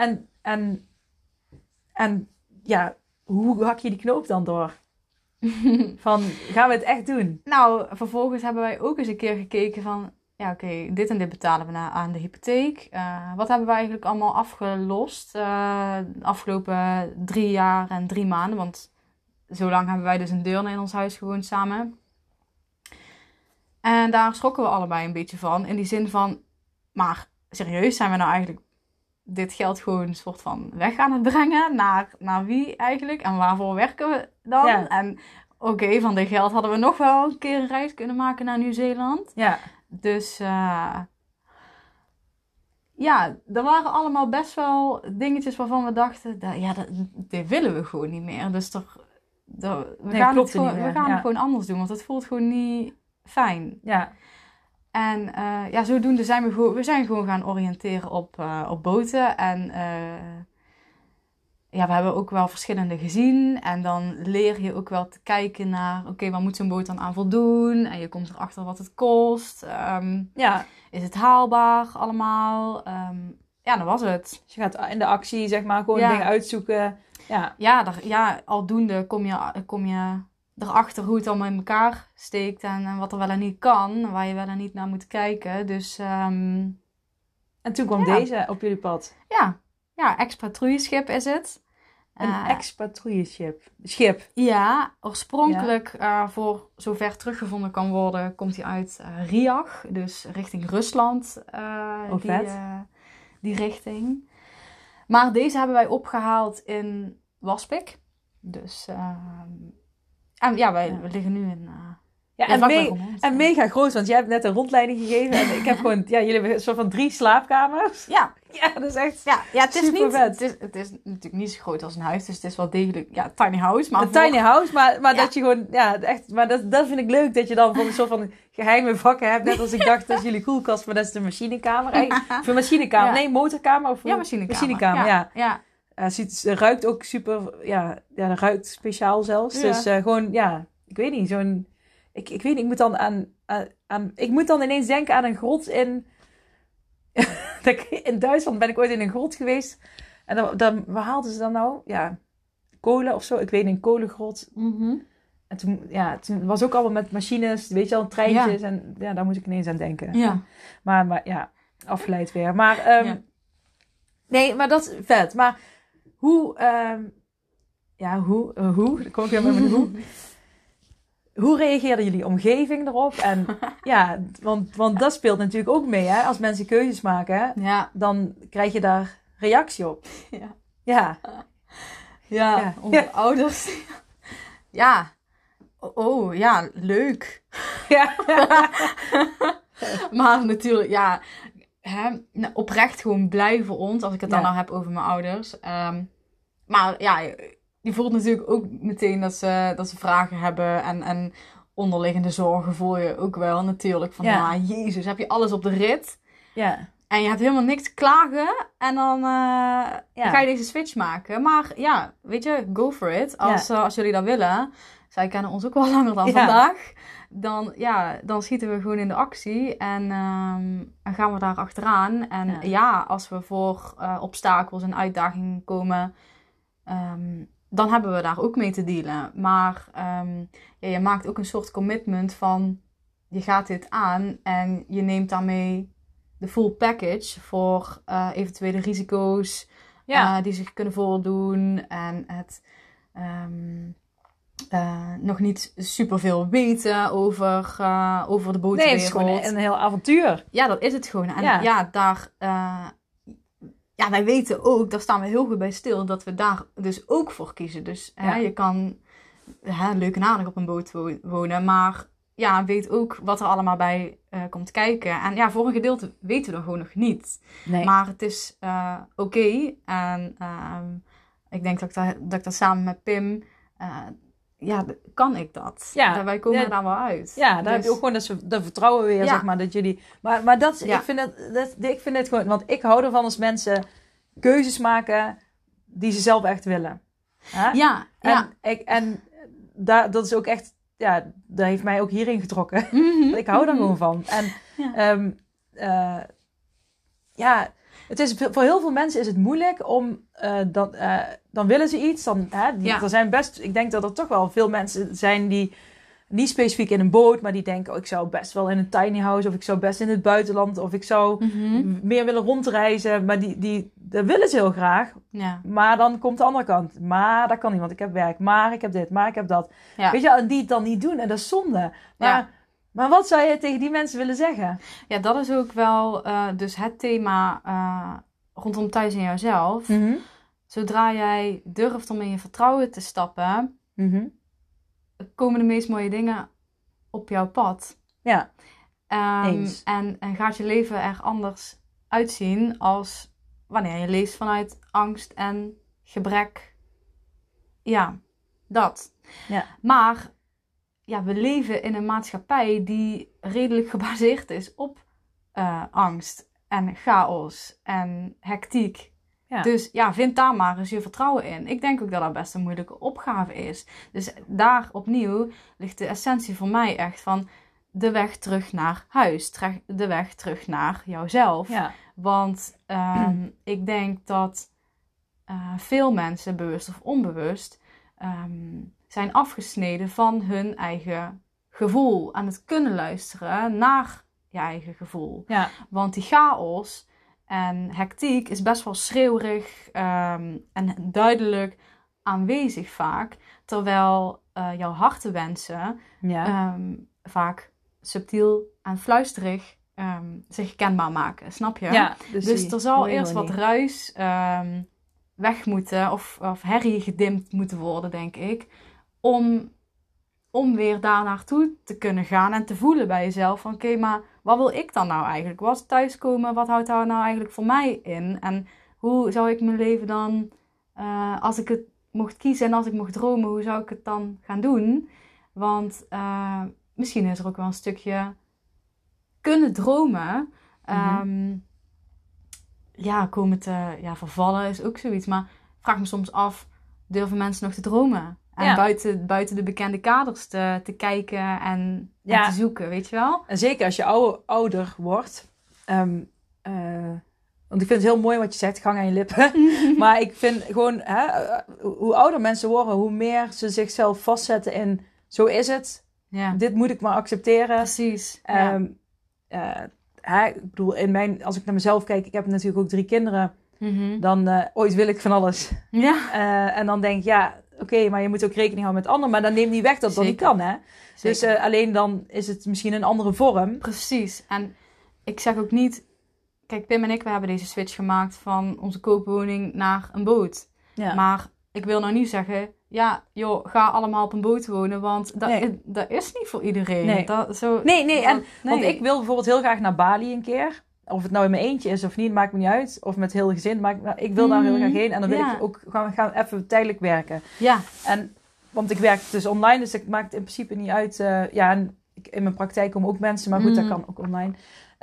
En hoe hak je die knoop dan door? Van, gaan we het echt doen? Nou, vervolgens hebben wij ook eens een keer gekeken van... Ja, oké, dit en dit betalen we aan de hypotheek. Wat hebben we eigenlijk allemaal afgelost de afgelopen 3 jaar en 3 maanden? Want zo lang hebben wij dus in Deurne in ons huis gewoond samen. En daar schrokken we allebei een beetje van. In die zin van, maar serieus, zijn we nou eigenlijk dit geld gewoon een soort van weg aan het brengen? Naar wie eigenlijk? En waarvoor werken we dan? Ja. En oké, van dit geld hadden we nog wel een keer een reis kunnen maken naar Nieuw-Zeeland. Ja. Dus er waren allemaal best wel dingetjes waarvan we dachten... dit willen we gewoon niet meer. Dus we gaan het gewoon anders doen. Want het voelt gewoon niet fijn. Ja. En zodoende zijn we zijn gewoon gaan oriënteren op boten. En we hebben ook wel verschillende gezien. En dan leer je ook wel te kijken naar... Oké, waar moet zo'n boot dan aan voldoen? En je komt erachter wat het kost. Is het haalbaar allemaal? Dat was het. Dus je gaat in de actie, zeg maar, gewoon dingen uitzoeken. Aldoende kom je erachter hoe het allemaal in elkaar steekt. En wat er wel en niet kan. Waar je wel en niet naar moet kijken. Dus... En toen kwam deze op jullie pad. Ja, ex-patrouilleschip is het. Een ex-patrouilleschip. Schip. Ja, oorspronkelijk voor zover teruggevonden kan worden, komt hij uit Riach. Dus richting Rusland. Die richting. Maar deze hebben wij opgehaald in Waspik. Dus... we liggen nu in... en mega groot, want jij hebt net een rondleiding gegeven. En ik heb gewoon... Ja, jullie hebben een soort van 3 slaapkamers. Ja. Ja, dat is echt het is super vet. Het is natuurlijk niet zo groot als een huis. Dus het is wel degelijk... tiny house. Maar tiny house, maar dat je gewoon... Ja, echt... Maar dat vind ik leuk, dat je dan voor een soort van geheime vakken hebt. Net als ik dacht, dat is jullie koelkast, maar dat is de machinekamer. Of een machinekamer. Ja. Nee, motorkamer. Of machinekamer. Ja. Het ruikt ook super... Ja, dat ruikt speciaal zelfs. Ja. Dus gewoon, ik weet niet, zo'n... Ik weet niet, ik moet dan ik moet dan ineens denken aan een grot in... In Duitsland ben ik ooit in een grot geweest. En waar haalden ze dan nou? Ja, kolen of zo. Ik weet niet, een kolengrot. Mm-hmm. En toen was ook allemaal met machines, weet je al, treintjes. Ja. En daar moet ik ineens aan denken. Ja. Maar afgeleid weer. Maar, nee, maar dat is vet. Maar hoe... Dan kom ik weer met mijn hoe. Hoe reageerde jullie omgeving erop? En want dat speelt natuurlijk ook mee, hè? Als mensen keuzes maken, dan krijg je daar reactie op. Ja, onze ouders. Ja. Oh, ja, leuk. Ja. Maar natuurlijk, oprecht gewoon blij voor ons, als ik het dan nou heb over mijn ouders. Maar je voelt natuurlijk ook meteen dat ze vragen hebben en onderliggende zorgen voel je ook wel natuurlijk. Van, jezus, heb je alles op de rit? Ja. En je hebt helemaal niks te klagen. En dan ga je deze switch maken. Maar weet je, go for it. Als jullie dat willen. Zij kennen ons ook wel langer dan vandaag. Dan schieten we gewoon in de actie. En gaan we daar achteraan. En als we voor obstakels en uitdagingen komen... dan hebben we daar ook mee te dealen. Maar je maakt ook een soort commitment van... je gaat dit aan en je neemt daarmee de full package voor eventuele risico's die zich kunnen voordoen. En het nog niet superveel weten over de bootwereld. Nee, het is gewoon een heel avontuur. Ja, dat is het gewoon. En daar... wij weten ook, daar staan we heel goed bij stil, dat we daar dus ook voor kiezen. Dus je kan leuk en aardig op een boot wonen, maar weet ook wat er allemaal bij komt kijken. En voor een gedeelte weten we dat gewoon nog niet. Nee. Maar het is oké. En ik denk dat ik dat samen met Pim... kan ik dat? Ja, wij komen er dan wel uit. Ja, daar heb je ook gewoon dat vertrouwen weer, zeg maar, dat jullie... Maar dat, ik vind het gewoon... Want ik hou ervan als mensen keuzes maken die ze zelf echt willen. Huh? Ja, En dat is ook echt... Ja, dat heeft mij ook hierin getrokken. Mm-hmm. Ik hou daar gewoon van. En het is, voor heel veel mensen is het moeilijk om... dan willen ze iets. Er zijn best... Ik denk dat er toch wel veel mensen zijn die... Niet specifiek in een boot, maar die denken... ik zou best wel in een tiny house... of ik zou best in het buitenland... of ik zou meer willen rondreizen. Maar dat willen ze heel graag. Ja. Maar dan komt de andere kant. Maar dat kan niet, want ik heb werk. Maar ik heb dit, maar ik heb dat. Ja. Weet je, en die het dan niet doen. En dat is zonde. Maar wat zou je tegen die mensen willen zeggen? Ja, dat is ook wel dus het thema rondom thuis in jouzelf. Mm-hmm. Zodra jij durft om in je vertrouwen te stappen... Mm-hmm. komen de meest mooie dingen op jouw pad. Ja, en gaat je leven er anders uitzien als wanneer je leeft vanuit angst en gebrek. Ja, dat. Ja. Maar we leven in een maatschappij die redelijk gebaseerd is op angst en chaos en hectiek. Ja. Dus vind daar maar eens je vertrouwen in. Ik denk ook dat dat best een moeilijke opgave is. Dus daar opnieuw ligt de essentie voor mij echt van de weg terug naar huis. De weg terug naar jouzelf. Ja. Want ik denk dat veel mensen, bewust of onbewust, zijn afgesneden van hun eigen gevoel. En het kunnen luisteren naar je eigen gevoel. Ja. Want die chaos... En hectiek is best wel schreeuwerig en duidelijk aanwezig vaak. Terwijl jouw hartenwensen vaak subtiel en fluisterig zich kenbaar maken. Snap je? Ja, dus er zal eerst wat ruis weg moeten of herrie gedimd moeten worden, denk ik. Om weer daar naartoe te kunnen gaan en te voelen bij jezelf van oké, maar wat wil ik dan nou eigenlijk? Wat thuiskomen, wat houdt daar nou eigenlijk voor mij in? En hoe zou ik mijn leven dan, als ik het mocht kiezen en als ik mocht dromen, hoe zou ik het dan gaan doen? Want misschien is er ook wel een stukje kunnen dromen. Komen te vervallen is ook zoiets. Maar ik vraag me soms af, durven mensen nog te dromen? En buiten de bekende kaders te kijken en te zoeken, weet je wel? En zeker als je ouder wordt. Want ik vind het heel mooi wat je zegt, gang aan je lippen. Maar ik vind gewoon, hoe ouder mensen worden, hoe meer ze zichzelf vastzetten in, zo is het. Ja. Dit moet ik maar accepteren. Precies. Ik bedoel, als ik naar mezelf kijk, ik heb natuurlijk ook 3 kinderen. Mm-hmm. Dan ooit wil ik van alles. Ja. En dan denk ik, oké, maar je moet ook rekening houden met anderen. Maar dan neemt niet weg dat het dan niet kan, hè? Zeker. Dus alleen dan is het misschien een andere vorm. Precies. En ik zeg ook niet... Kijk, Pim en ik, we hebben deze switch gemaakt van onze koopwoning naar een boot. Ja. Maar ik wil nou niet zeggen... Ja, joh, ga allemaal op een boot wonen. Want dat is niet voor iedereen. Nee. Want ik wil bijvoorbeeld heel graag naar Bali een keer. Of het nou in mijn eentje is of niet, maakt me niet uit. Of met heel gezin. Ik wil daar heel graag heen. En dan wil ik ook gaan even tijdelijk werken. Ja. Want ik werk dus online. Dus dat maakt in principe niet uit. En in mijn praktijk komen ook mensen. Maar goed, dat kan ook online.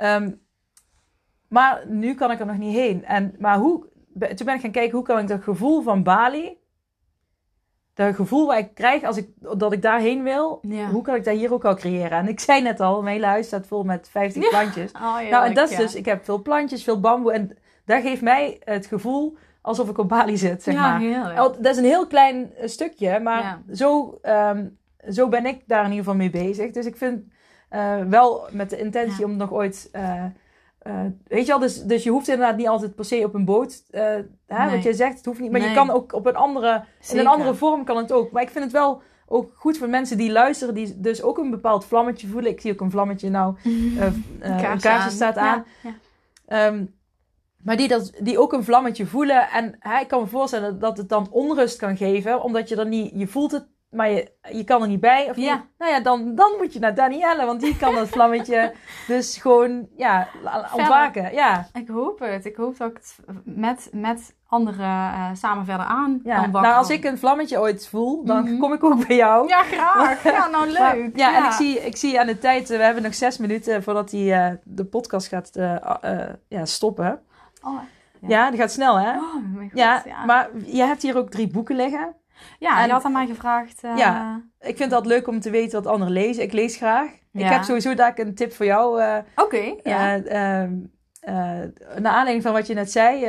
Maar nu kan ik er nog niet heen. Maar toen ben ik gaan kijken, hoe kan ik dat gevoel van Bali... Dat gevoel wat ik krijg dat ik daarheen wil... Hoe kan ik dat hier ook al creëren? En ik zei net al, mijn hele huis staat vol met 50 plantjes. En dat is dus... Ik heb veel plantjes, veel bamboe. En dat geeft mij het gevoel alsof ik op Bali zit, zeg maar. Heerlijk. Dat is een heel klein stukje. Maar zo ben ik daar in ieder geval mee bezig. Dus ik vind wel met de intentie om nog ooit... weet je wel, dus je hoeft inderdaad niet altijd per se op een boot. Nee. Wat jij zegt, het hoeft niet. Maar Nee. je kan ook op in een andere vorm kan het ook. Maar ik vind het wel ook goed voor mensen die luisteren, die dus ook een bepaald vlammetje voelen. Ik zie ook een vlammetje nou. Een kaarsje staat aan. Ja. Maar die ook een vlammetje voelen. En ik kan me voorstellen dat het dan onrust kan geven. Omdat je er niet... Je voelt het, maar je kan er niet bij. Of niet. Nou ja, dan moet je naar Danielle. Want die kan dat vlammetje dus gewoon ontwaken. Ja. Ik hoop het. Ik hoop dat ik het met anderen samen verder aan kan wakkeren. Nou, als ik een vlammetje ooit voel, dan kom ik ook bij jou. Ja, graag. Ja, nou leuk. Maar, en ik zie aan de tijd... We hebben nog 6 minuten voordat de podcast gaat stoppen. Oh, ja, die gaat snel, hè? Oh, mijn God, ja, maar je hebt hier ook 3 boeken liggen. Ja, en je had aan mij gevraagd... ik vind dat leuk om te weten wat anderen lezen. Ik lees graag. Ja. Ik heb sowieso daar een tip voor jou. Oké, ja. Naar aanleiding van wat je net zei...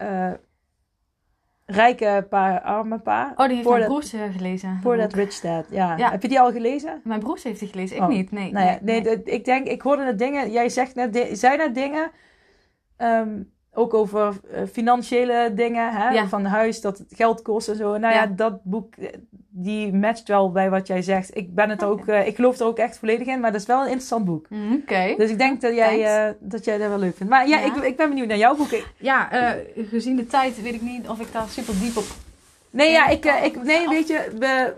Rijke pa, arme pa. Oh, die heeft mijn broers gelezen. Poor Dad, Rich Dad. Ja. Heb je die al gelezen? Mijn broers heeft die gelezen. Ik niet. Nee. Ik hoorde net dingen... Jij zei net dingen... ook over financiële dingen, hè? Ja. Van huis, dat het geld kost en zo. Nou ja, dat boek, die matcht wel bij wat jij zegt. Ik geloof er ook echt volledig in, maar dat is wel een interessant boek. Oké. Dus ik denk dat jij dat wel leuk vindt. Maar ik ben benieuwd naar jouw boek. Gezien de tijd weet ik niet of ik daar super diep op... Nee, weet je,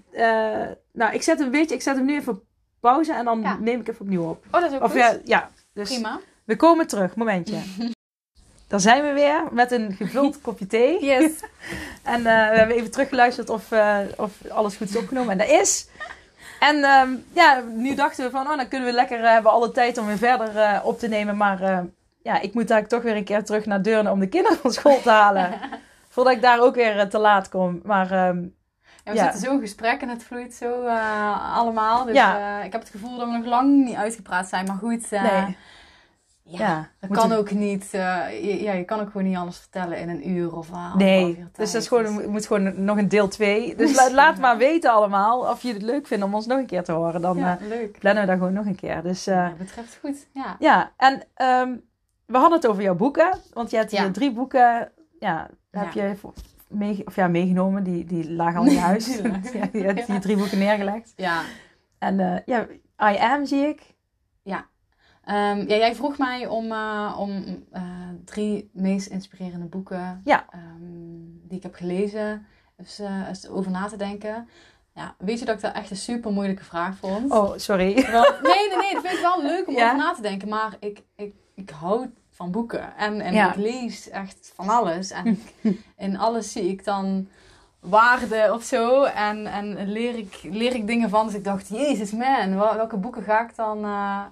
ik zet hem nu even op pauze en dan neem ik even opnieuw op. Oh, dat is ook goed. Dus prima. We komen terug, momentje. Daar zijn we weer met een gevuld kopje thee. Yes. En we hebben even teruggeluisterd of alles goed is opgenomen. En dat is. En nu dachten we van, dan kunnen we hebben alle tijd om weer verder op te nemen. Maar ik moet eigenlijk toch weer een keer terug naar Deurne om de kinderen van school te halen. Voordat ik daar ook weer te laat kom. Maar we zitten zo in gesprek en het vloeit zo allemaal. Dus ik heb het gevoel dat we nog lang niet uitgepraat zijn. Maar goed... nee. Dat kan ook niet. Je kan ook gewoon niet alles vertellen in een uur of nee, uur tijd. Dus dat is gewoon, moet gewoon nog een deel 2. Dus laat maar weten allemaal of je het leuk vindt om ons nog een keer te horen. Dan leuk. Plannen we dat gewoon nog een keer. Dus, dat betreft goed. Ja, en we hadden het over jouw boeken. Want je hebt hier 3 boeken. Heb je meegenomen. Die lagen al in je huis. Je hebt hier 3 boeken neergelegd. Ja. En I Am zie ik. Ja. Jij vroeg mij om 3 meest inspirerende boeken die ik heb gelezen. Dus eens over na te denken. Ja, weet je dat ik dat echt een super moeilijke vraag vond? Oh, sorry. Nee, dat vind ik wel leuk om over na te denken. Maar ik hou van boeken. En ik lees echt van alles. En in alles zie ik dan waarde of zo. En leer ik dingen van. Dus ik dacht, jezus man, welke boeken ga ik dan...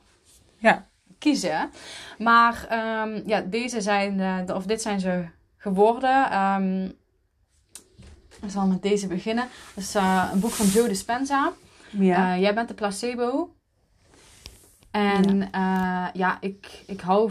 kiezen. Maar dit zijn ze geworden. Ik zal met deze beginnen. Dat is een boek van Joe Dispenza. Ja. Jij bent de placebo. En ik hou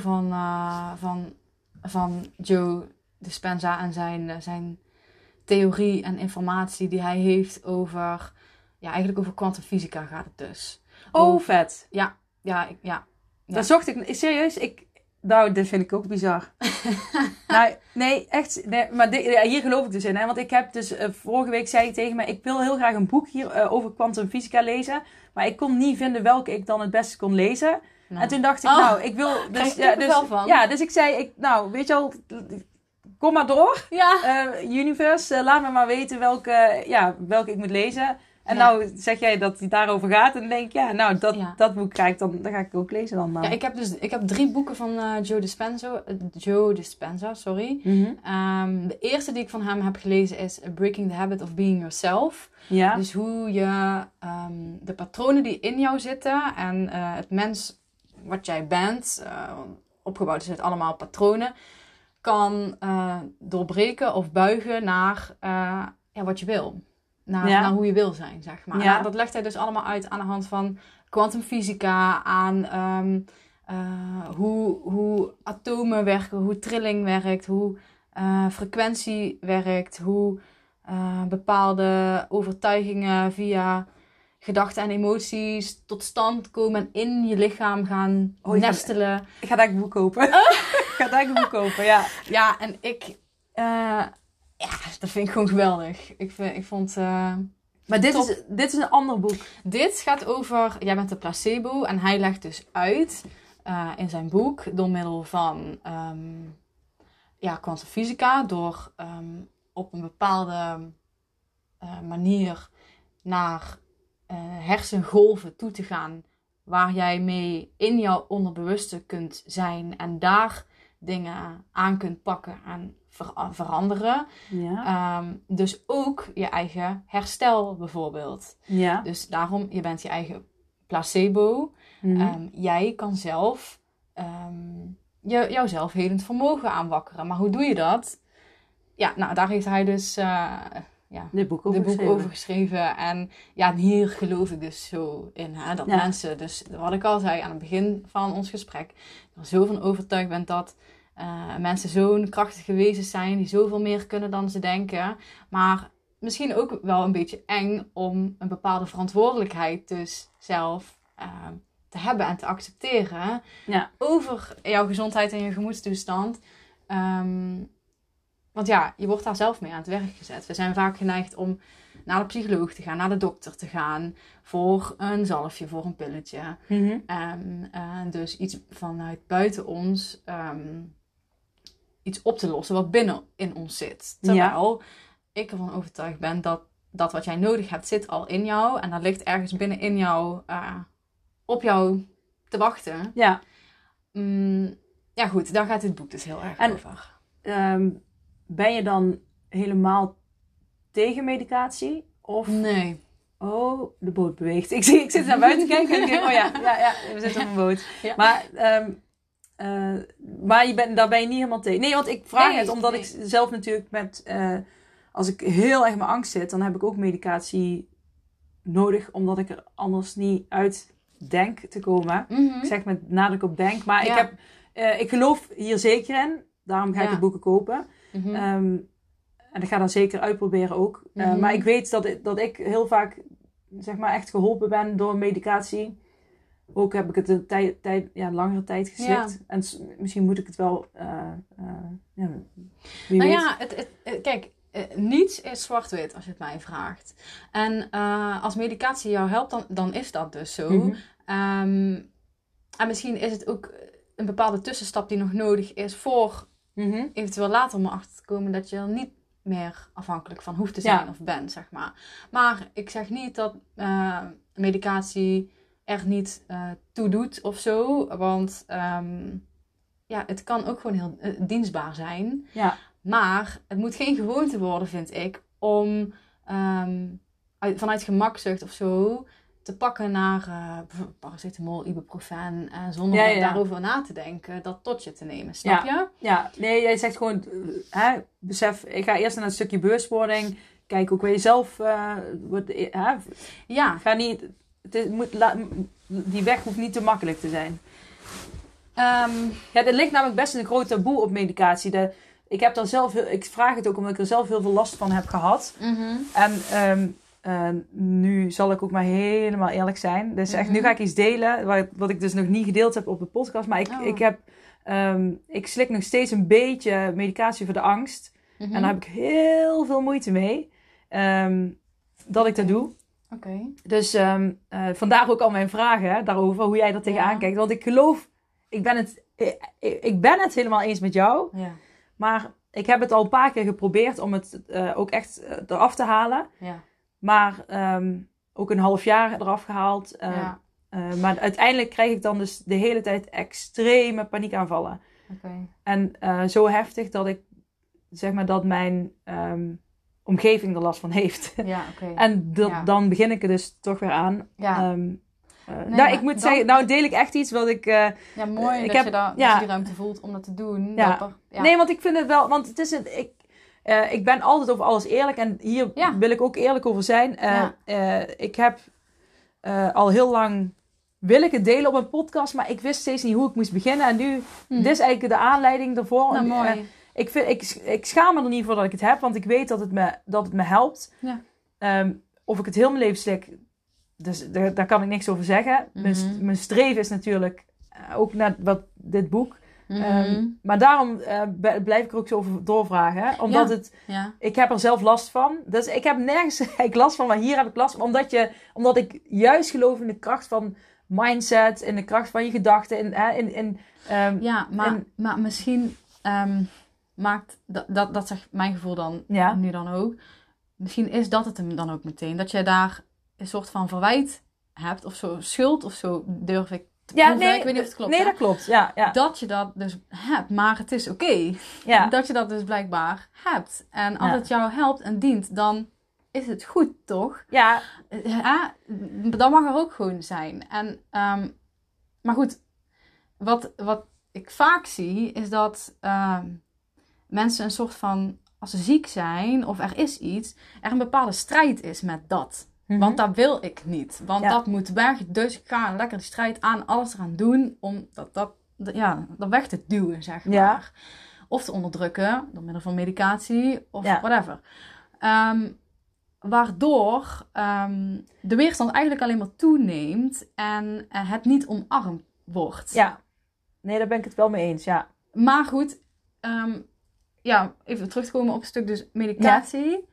van Joe Dispenza en zijn theorie en informatie die hij heeft over... Ja, eigenlijk over kwantumfysica gaat het dus. Vet. Ja. Dat zocht ik. Serieus? Dit vind ik ook bizar. Nee, echt. Nee, maar hier geloof ik dus in. Hè? Want ik heb dus vorige week zei je tegen mij... Ik wil heel graag een boek hier over kwantumfysica lezen. Maar ik kon niet vinden welke ik dan het beste kon lezen. Nou. En toen dacht ik, ik wil... Dus ik zei, weet je al... Kom maar door. Ja. Universe, laat me maar weten welke ik moet lezen. En nou zeg jij dat het daarover gaat. En dan denk ik, dat boek krijg ik dan ga ik ook lezen dan. Ja, ik heb 3 boeken van Joe Dispenza, sorry. Mm-hmm. De eerste die ik van hem heb gelezen is Breaking the Habit of Being Yourself. Ja. Dus hoe je de patronen die in jou zitten en het mens wat jij bent, opgebouwd is uit allemaal patronen, kan doorbreken of buigen naar wat je wil. Naar hoe je wil zijn, zeg maar. Ja. Dat legt hij dus allemaal uit aan de hand van kwantumfysica, aan hoe atomen werken, hoe trilling werkt, hoe frequentie werkt, hoe bepaalde overtuigingen via gedachten en emoties tot stand komen en in je lichaam gaan nestelen. Ik ga daar een boek kopen. Ja. Ja, en ik... dat vind ik gewoon geweldig. Ik vond... Maar dit is een ander boek. Dit gaat over... Jij bent de placebo. En hij legt dus uit in zijn boek... door middel van kwantumfysica... door op een bepaalde manier... naar hersengolven toe te gaan... waar jij mee in jouw onderbewuste kunt zijn... en daar dingen aan kunt pakken en veranderen. Ja. Dus ook je eigen herstel bijvoorbeeld. Ja. Dus daarom, je bent je eigen placebo. Mm-hmm. Jij kan zelf jouw zelfhelend vermogen aanwakkeren. Maar hoe doe je dat? Ja, nou daar heeft hij dus dit boek over geschreven. En ja, hier geloof ik dus zo in. Hè, dat mensen, dus wat ik al zei aan het begin van ons gesprek, er zo van overtuigd ben dat mensen zo'n krachtige wezens zijn die zoveel meer kunnen dan ze denken. Maar misschien ook wel een beetje eng om een bepaalde verantwoordelijkheid dus zelf te hebben en te accepteren over jouw gezondheid en je gemoedstoestand. Want ja, je wordt daar zelf mee aan het werk gezet. We zijn vaak geneigd om naar de psycholoog te gaan, naar de dokter te gaan voor een zalfje, voor een pilletje. Mm-hmm. En dus iets vanuit buiten ons iets op te lossen wat binnen in ons zit. Terwijl ik ervan overtuigd ben dat wat jij nodig hebt zit al in jou. En dat ligt ergens binnen in jou op jou te wachten. Ja. Ja goed, daar gaat dit boek dus heel erg over. Ben je dan helemaal tegen medicatie? Of... Nee. Oh, de boot beweegt. Ik zit naar buiten kijken en ik denk, we zitten op een boot. Ja. Maar daar ben je niet helemaal tegen. Nee, want ik vraag het omdat ik zelf natuurlijk als ik heel erg met angst zit, dan heb ik ook medicatie nodig, omdat ik er anders niet uit denk te komen. Mm-hmm. Ik zeg met nadruk op denk. Maar ik geloof hier zeker in. Daarom ga ik de boeken kopen. Mm-hmm. En ik ga dat zeker uitproberen ook. Mm-hmm. Maar ik weet dat ik heel vaak zeg maar echt geholpen ben door medicatie. Ook heb ik het een langere tijd geslikt. Ja. En misschien moet ik het wel... kijk, niets is zwart-wit als je het mij vraagt. En als medicatie jou helpt, dan is dat dus zo. Mm-hmm. En misschien is het ook een bepaalde tussenstap die nog nodig is voor eventueel later om erachter te komen dat je er niet meer afhankelijk van hoeft te zijn of bent, zeg maar. Maar ik zeg niet dat medicatie er niet toe doet of zo. Want het kan ook gewoon heel dienstbaar zijn. Ja. Maar het moet geen gewoonte worden, vind ik, om vanuit gemakzucht of zo te pakken naar paracetamol, ibuprofen, zonder daarover na te denken, dat tot je te nemen. Snap je? Ja, nee, jij zegt gewoon, besef, ik ga eerst naar een stukje bewustwording, kijk ook waar je zelf ga niet, die weg hoeft niet te makkelijk te zijn. Er ligt namelijk best een groot taboe op medicatie. Ik heb daar zelf, ik vraag het ook omdat ik er zelf heel veel last van heb gehad. Mm-hmm. En nu zal ik ook maar helemaal eerlijk zijn. Dus echt, nu ga ik iets delen wat ik dus nog niet gedeeld heb op de podcast. Maar ik slik nog steeds een beetje medicatie voor de angst. Mm-hmm. En daar heb ik heel veel moeite mee. Dat ik dat doe. Okay. Dus vandaar ook al mijn vragen daarover. Hoe jij er tegenaan kijkt. Want ik geloof, ik ben het helemaal eens met jou. Ja. Maar ik heb het al een paar keer geprobeerd om het ook echt eraf te halen. Ja. Maar ook een half jaar eraf gehaald. Maar uiteindelijk krijg ik dan dus de hele tijd extreme paniekaanvallen. Okay. En zo heftig dat ik zeg maar dat mijn omgeving er last van heeft. Ja, okay. En dan begin ik er dus toch weer aan. Ja. Ik moet zeggen, nou deel ik echt iets wat ik... mooi dat je die ruimte voelt om dat te doen. Ja. Nee, want ik vind het wel... Want het is ik ben altijd over alles eerlijk. En hier wil ik ook eerlijk over zijn. Ik heb al heel lang... Wil ik het delen op een podcast. Maar ik wist steeds niet hoe ik moest beginnen. En nu, dit is eigenlijk de aanleiding daarvoor. Nou, mooi. Ik schaam me er niet voor dat ik het heb. Want ik weet dat het me helpt. Ja. Of ik het heel mijn leven slik... dus daar kan ik niks over zeggen. Mijn streven is natuurlijk ook naar dit boek. Maar daarom blijf ik er ook zo over doorvragen. Hè? Omdat ik heb er zelf last van. Dus ik heb nergens eigenlijk last van, maar hier heb ik last van. Omdat ik juist geloof in de kracht van mindset, in de kracht van je gedachten. Maar misschien maakt, dat zegt mijn gevoel dan nu dan ook. Misschien is dat het hem dan ook meteen. Dat jij daar een soort van verwijt hebt of zo, schuld of zo, durf ik te proeven. Ik weet niet of het klopt. Nee, dat klopt. Ja. Dat je dat dus hebt, maar het is oké. Dat je dat dus blijkbaar hebt. En als het jou helpt en dient, dan is het goed, toch? Ja. Dat mag er ook gewoon zijn. En, maar goed, wat ik vaak zie, is dat mensen een soort van, als ze ziek zijn of er is iets, er een bepaalde strijd is met dat. Want dat wil ik niet. Want dat moet weg. Dus ik ga lekker de strijd aan, alles eraan doen om dat weg te duwen, zeg maar. Ja. Of te onderdrukken door middel van medicatie of whatever. Waardoor de weerstand eigenlijk alleen maar toeneemt en het niet omarmd wordt. Ja. Nee, daar ben ik het wel mee eens, ja. Maar goed, even terug te komen op een stuk dus medicatie.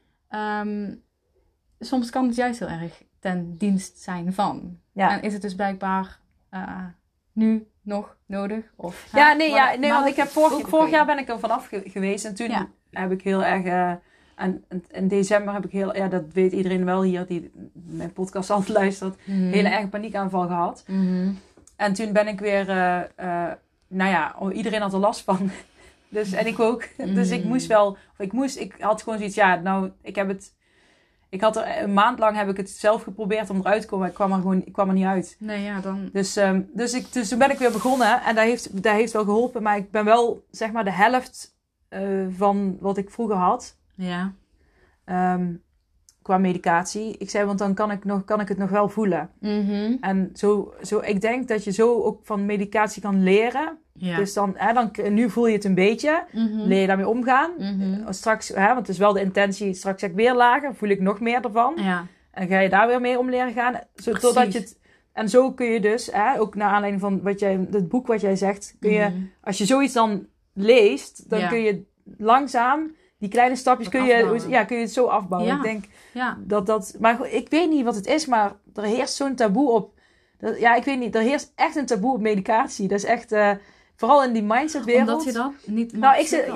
Soms kan het juist heel erg ten dienst zijn van. Ja. En is het dus blijkbaar nu nog nodig? Of, want ik heb vorig jaar ben ik er vanaf geweest. En toen heb ik heel erg... en in december heb ik dat weet iedereen wel hier die mijn podcast altijd luistert, hele erg paniekaanval gehad. En toen ben ik weer... iedereen had er last van. Dus, en ik ook. Dus ik had gewoon zoiets, ik had er een maand lang heb ik het zelf geprobeerd om eruit te komen. Ik kwam er niet uit. Nee, ja, dan... Dus toen ben ik weer begonnen. En dat heeft wel geholpen. Maar ik ben wel, zeg maar, de helft van wat ik vroeger had. Ja. Qua medicatie. Ik zei, want dan kan ik het nog wel voelen. En zo, ik denk dat je zo ook van medicatie kan leren. Ja. Dus dan, nu voel je het een beetje. Leer je daarmee omgaan. Straks, want het is wel de intentie, straks zeg ik weer lager, voel ik nog meer ervan. Ja. En ga je daar weer mee om leren gaan. Totdat je het, en zo kun je dus, ook naar aanleiding van het boek wat jij zegt, kun je, als je zoiets dan leest, dan kun je langzaam die kleine stapjes kun je het zo afbouwen. Ja. Ik denk dat... Maar ik weet niet wat het is, maar er heerst zo'n taboe op. Ik weet niet, er heerst echt een taboe op medicatie. Dat is echt... vooral in die mindsetwereld. Omdat je dat niet mag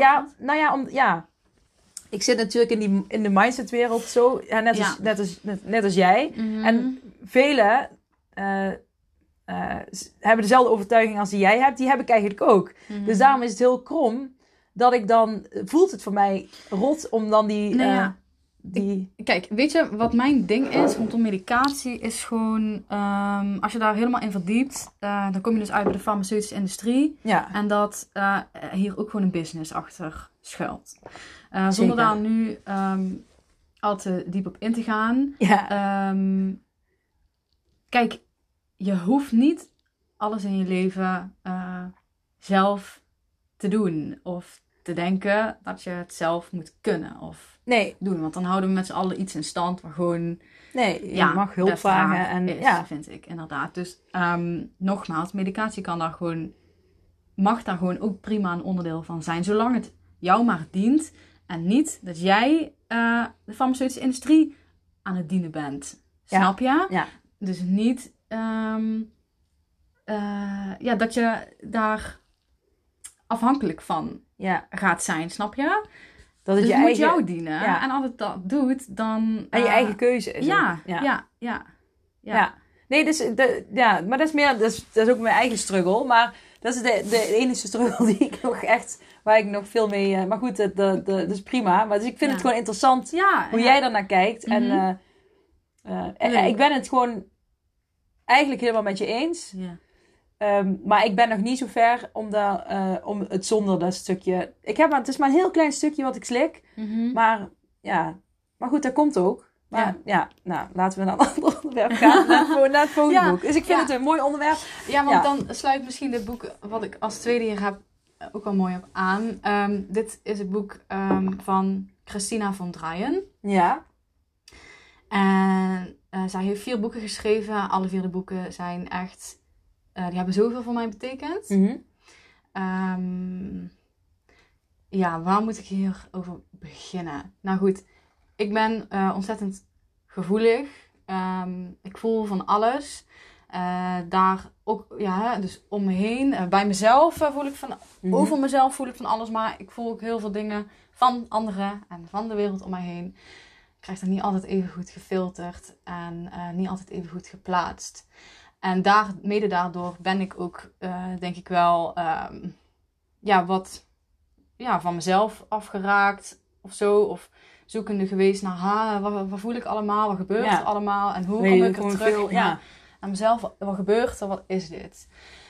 ik zit natuurlijk in de mindsetwereld zo. Ja, net als jij. En velen hebben dezelfde overtuiging als die jij hebt. Die heb ik eigenlijk ook. Dus daarom is het heel krom dat ik dan... Voelt het voor mij rot om dan Kijk, weet je wat mijn ding is rondom medicatie? Is gewoon, als je daar helemaal in verdiept, dan kom je dus uit bij de farmaceutische industrie. Ja. En dat hier ook gewoon een business achter schuilt. Zonder daar nu al te diep op in te gaan. Ja. Kijk, je hoeft niet alles in je leven zelf te doen. Of te denken dat je het zelf moet kunnen of doen. Want dan houden we met z'n allen iets in stand waar gewoon... Nee, je mag hulp vragen. En vind ik inderdaad. Dus nogmaals, medicatie mag daar gewoon ook prima een onderdeel van zijn. Zolang het jou maar dient en niet dat jij de farmaceutische industrie aan het dienen bent. Snap je? Ja. Dus niet dat je daar afhankelijk van gaat zijn, snap je? Dat het dus je moet eigen... jou dienen. Ja. En als het dat doet, dan... En je eigen keuze is ja. Nee, maar dat is meer... Dat is ook mijn eigen struggle. Maar dat is de enige struggle die ik nog echt... Waar ik nog veel mee... maar goed, dat is prima. Maar dus ik vind het gewoon interessant hoe jij daarnaar kijkt. En ik ben het gewoon eigenlijk helemaal met je eens. Ja. Maar ik ben nog niet zo ver om het zonder dat stukje... Het is maar een heel klein stukje wat ik slik. Maar goed, dat komt ook. Maar laten we naar een ander onderwerp gaan. Naar het volgende boek. Dus ik vind het een mooi onderwerp. Ja, want dan sluit misschien dit boek, wat ik als tweede hier heb, ook wel mooi op aan. Dit is het boek van Christina von Dreien. Ja. En zij heeft 4 boeken geschreven. Alle 4 de boeken zijn echt... die hebben zoveel voor mij betekend. Ja, waar moet ik hier over beginnen? Nou goed, ik ben ontzettend gevoelig. Ik voel van alles. Daar ook, ja, dus om me heen. Bij mezelf voel ik van... Over mezelf voel ik van alles. Maar ik voel ook heel veel dingen van anderen en van de wereld om mij heen. Ik krijg dat niet altijd even goed gefilterd. En niet altijd even goed geplaatst. En mede daardoor ben ik ook, denk ik wel... wat van mezelf afgeraakt of zo. Of zoekende geweest naar wat voel ik allemaal, wat gebeurt er allemaal en hoe kom ik er terug naar mezelf. Wat gebeurt er, wat is dit?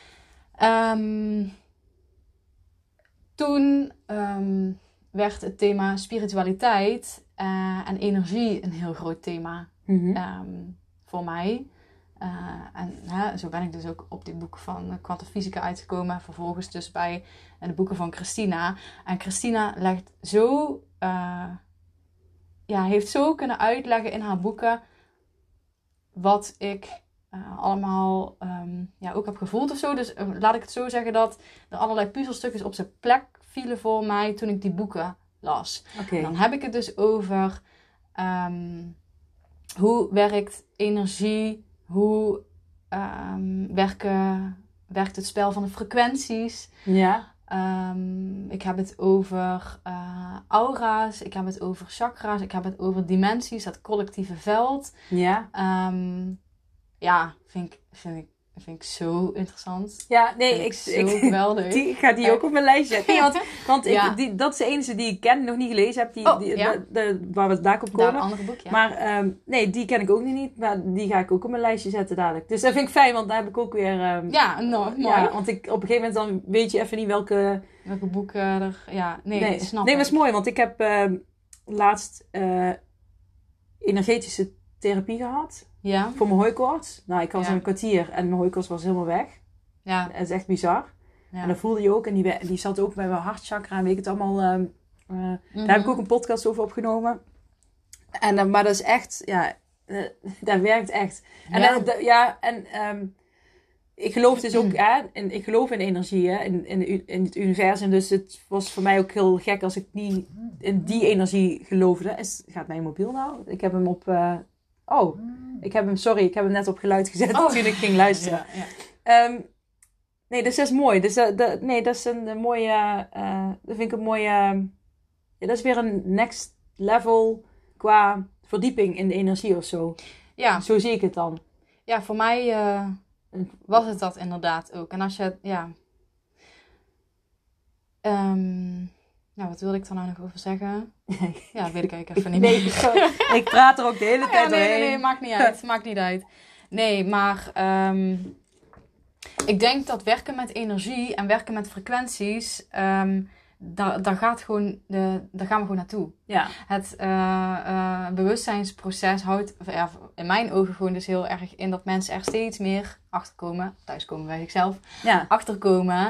Toen werd het thema spiritualiteit en energie een heel groot thema voor mij. Zo ben ik dus ook op dit boek van Kwantumfysica uitgekomen. Vervolgens dus bij de boeken van Christina. En Christina legt zo... heeft zo kunnen uitleggen in haar boeken... wat ik allemaal ook heb gevoeld of zo. Dus laat ik het zo zeggen dat er allerlei puzzelstukjes op zijn plek vielen voor mij... toen ik die boeken las. Okay. Dan heb ik het dus over... hoe werkt energie... Hoe werkt het spel van de frequenties? Ja. Ik heb het over aura's. Ik heb het over chakra's. Ik heb het over dimensies. Het collectieve veld. Ja. Vind ik zo interessant. Ja, nee, geweldig. Ik ga die ook op mijn lijst zetten. Want dat is de enige die ik ken, nog niet gelezen heb. Waar we daar op komen. Een andere boek, ja. Maar die ken ik ook niet. Maar die ga ik ook op mijn lijstje zetten dadelijk. Dus dat vind ik fijn, want daar heb ik ook weer... mooi. Ja, want op een gegeven moment dan weet je even niet welke boeken er... Ja, snap ik. Nee, maar dat is mooi, want ik heb laatst energetische therapie gehad. Ja. Voor mijn hooikoorts. Nou, ik was een kwartier en mijn hooikoorts was helemaal weg. Ja. Dat is echt bizar. Ja. En dat voelde je ook. En die zat ook bij mijn hartchakra en weet ik het allemaal. Daar heb ik ook een podcast over opgenomen. En, maar dat is echt, dat werkt echt. En ik geloof dus ook, ik geloof in energie, in het universum. Dus het was voor mij ook heel gek als ik niet in die energie geloofde. Gaat mijn mobiel nou? Ik heb hem op... ik heb hem net op geluid gezet toen ik ging luisteren. Ja. Nee, dus dat is mooi. Dus dat is een mooie... dat vind ik een mooie... dat is weer een next level qua verdieping in de energie of zo. Ja. Zo zie ik het dan. Ja, voor mij was het dat inderdaad ook. En als je... wat wilde ik er nou nog over zeggen? Ja, weet ik eigenlijk even niet meer. Ik praat er ook de hele tijd doorheen. Nee, maakt niet uit. Nee, maar ik denk dat werken met energie en werken met frequenties, daar gaan we gewoon naartoe. Ja. Het bewustzijnsproces houdt in mijn ogen gewoon dus heel erg in dat mensen er steeds meer achterkomen, thuiskomen bij zichzelf, achterkomen...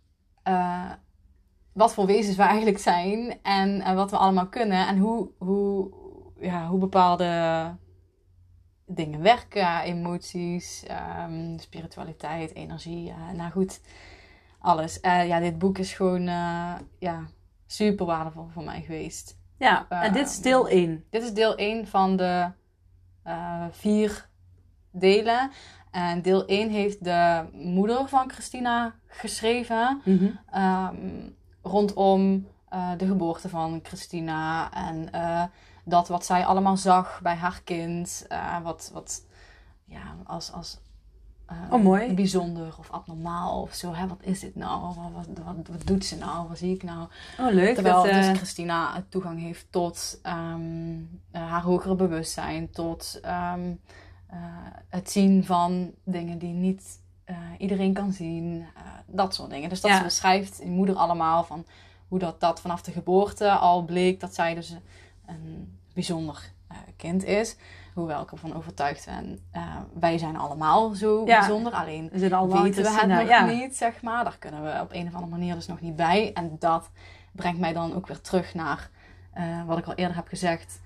wat voor wezens we eigenlijk zijn en wat we allemaal kunnen en hoe bepaalde dingen werken, emoties, spiritualiteit, energie, alles. Dit boek is gewoon super waardevol voor mij geweest. Ja, en dit is deel 1. Dit is deel 1 van de 4 delen. En deel 1 heeft de moeder van Christina geschreven. Rondom de geboorte van Christina en dat wat zij allemaal zag bij haar kind, mooi. Bijzonder of abnormaal of zo. Hè? Wat is dit nou? Wat doet ze nou? Wat zie ik nou? Oh, leuk. Terwijl dus Christina toegang heeft tot haar hogere bewustzijn, tot het zien van dingen die niet iedereen kan zien, dat soort dingen. Dus dat beschrijft in moeder allemaal van hoe dat vanaf de geboorte al bleek dat zij dus een bijzonder kind is. Hoewel ik ervan overtuigd ben, wij zijn allemaal zo bijzonder. Alleen weten we het nog niet, zeg maar. Daar kunnen we op een of andere manier dus nog niet bij. En dat brengt mij dan ook weer terug naar wat ik al eerder heb gezegd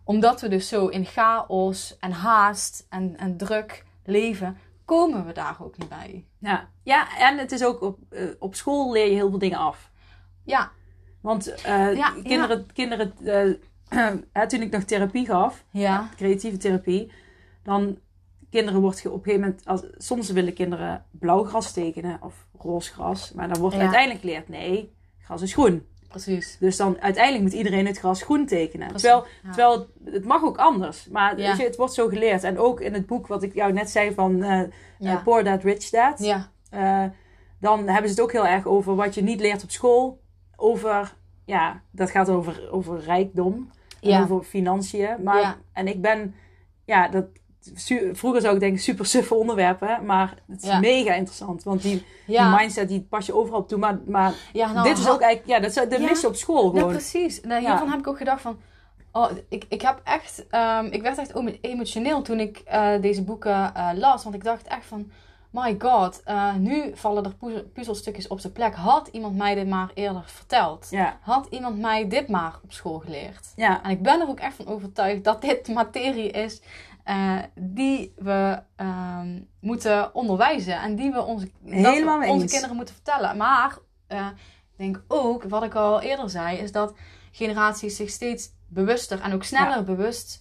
omdat we dus zo in chaos en haast en druk leven, komen we daar ook niet bij. Ja, en het is ook op school leer je heel veel dingen af. Ja. Want kinderen toen ik nog therapie gaf, creatieve therapie, dan kinderen wordt op een gegeven moment, soms willen kinderen blauw gras tekenen of roze gras, maar dan wordt uiteindelijk geleerd, nee, gras is groen. Precies. Dus dan uiteindelijk moet iedereen het gras groen tekenen. Terwijl het mag ook anders. Maar weet je, het wordt zo geleerd. En ook in het boek wat ik jou net zei van Poor Dad, Rich Dad. Ja. Dan hebben ze het ook heel erg over wat je niet leert op school. Dat gaat over rijkdom. En over financiën. En ik ben, vroeger zou ik denken super suffe onderwerpen. Maar het is mega interessant. Want die mindset die pas je overal op toe. Maar dit is ook eigenlijk, dat mis je op school gewoon. Ja, precies. Hiervan heb ik ook gedacht van, ik heb echt, ik werd echt emotioneel toen ik deze boeken las. Want ik dacht echt van, my god, nu vallen er puzzelstukjes op zijn plek. Had iemand mij dit maar eerder verteld? Ja. Had iemand mij dit maar op school geleerd? Ja. En ik ben er ook echt van overtuigd dat dit materie is die we moeten onderwijzen. En die we onze kinderen moeten vertellen. Maar ik denk ook, wat ik al eerder zei, is dat generaties zich steeds bewuster en ook sneller bewust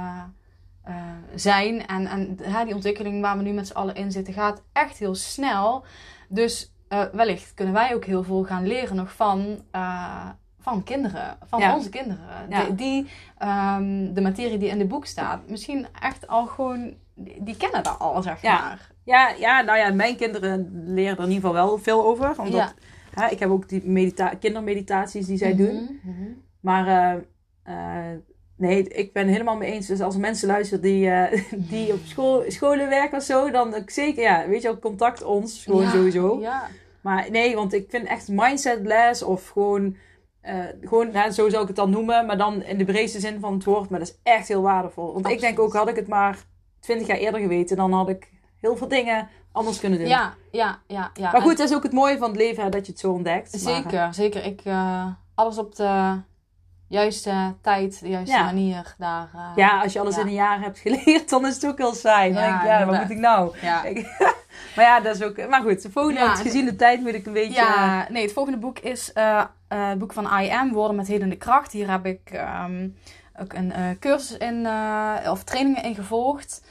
zijn. En die ontwikkeling waar we nu met z'n allen in zitten gaat echt heel snel. Dus wellicht kunnen wij ook heel veel gaan leren nog van kinderen. Van onze kinderen. Ja. Die de materie die in het boek staat. Misschien echt al gewoon, die kennen dat al, zeg maar. Ja, mijn kinderen leren er in ieder geval wel veel over. Omdat ik heb ook die kindermeditaties die zij doen. Mm-hmm. Maar nee, ik ben helemaal mee eens. Dus als mensen luisteren die op scholen werken of zo, dan zeker, weet je wel, contact ons. Gewoon sowieso. Ja. Maar nee, want ik vind echt mindset les of gewoon zo zou ik het dan noemen. Maar dan in de breedste zin van het woord. Maar dat is echt heel waardevol. Want Absoluut. Ik denk ook, had ik het maar 20 jaar eerder geweten, dan had ik heel veel dingen anders kunnen doen. Ja. Maar goed, dat is ook het mooie van het leven, dat je het zo ontdekt. Zeker. Ik, alles op de juiste tijd, de juiste manier. Als je alles in een jaar hebt geleerd, dan is het ook heel saai. Dan denk ik, wat moet ik nou? Ja. Maar dat is ook... Maar goed, de volgende, gezien de tijd moet ik een beetje... Het volgende boek is het boek van I Am, Woorden met Hedende Kracht. Hier heb ik ook een cursus in, of trainingen in gevolgd.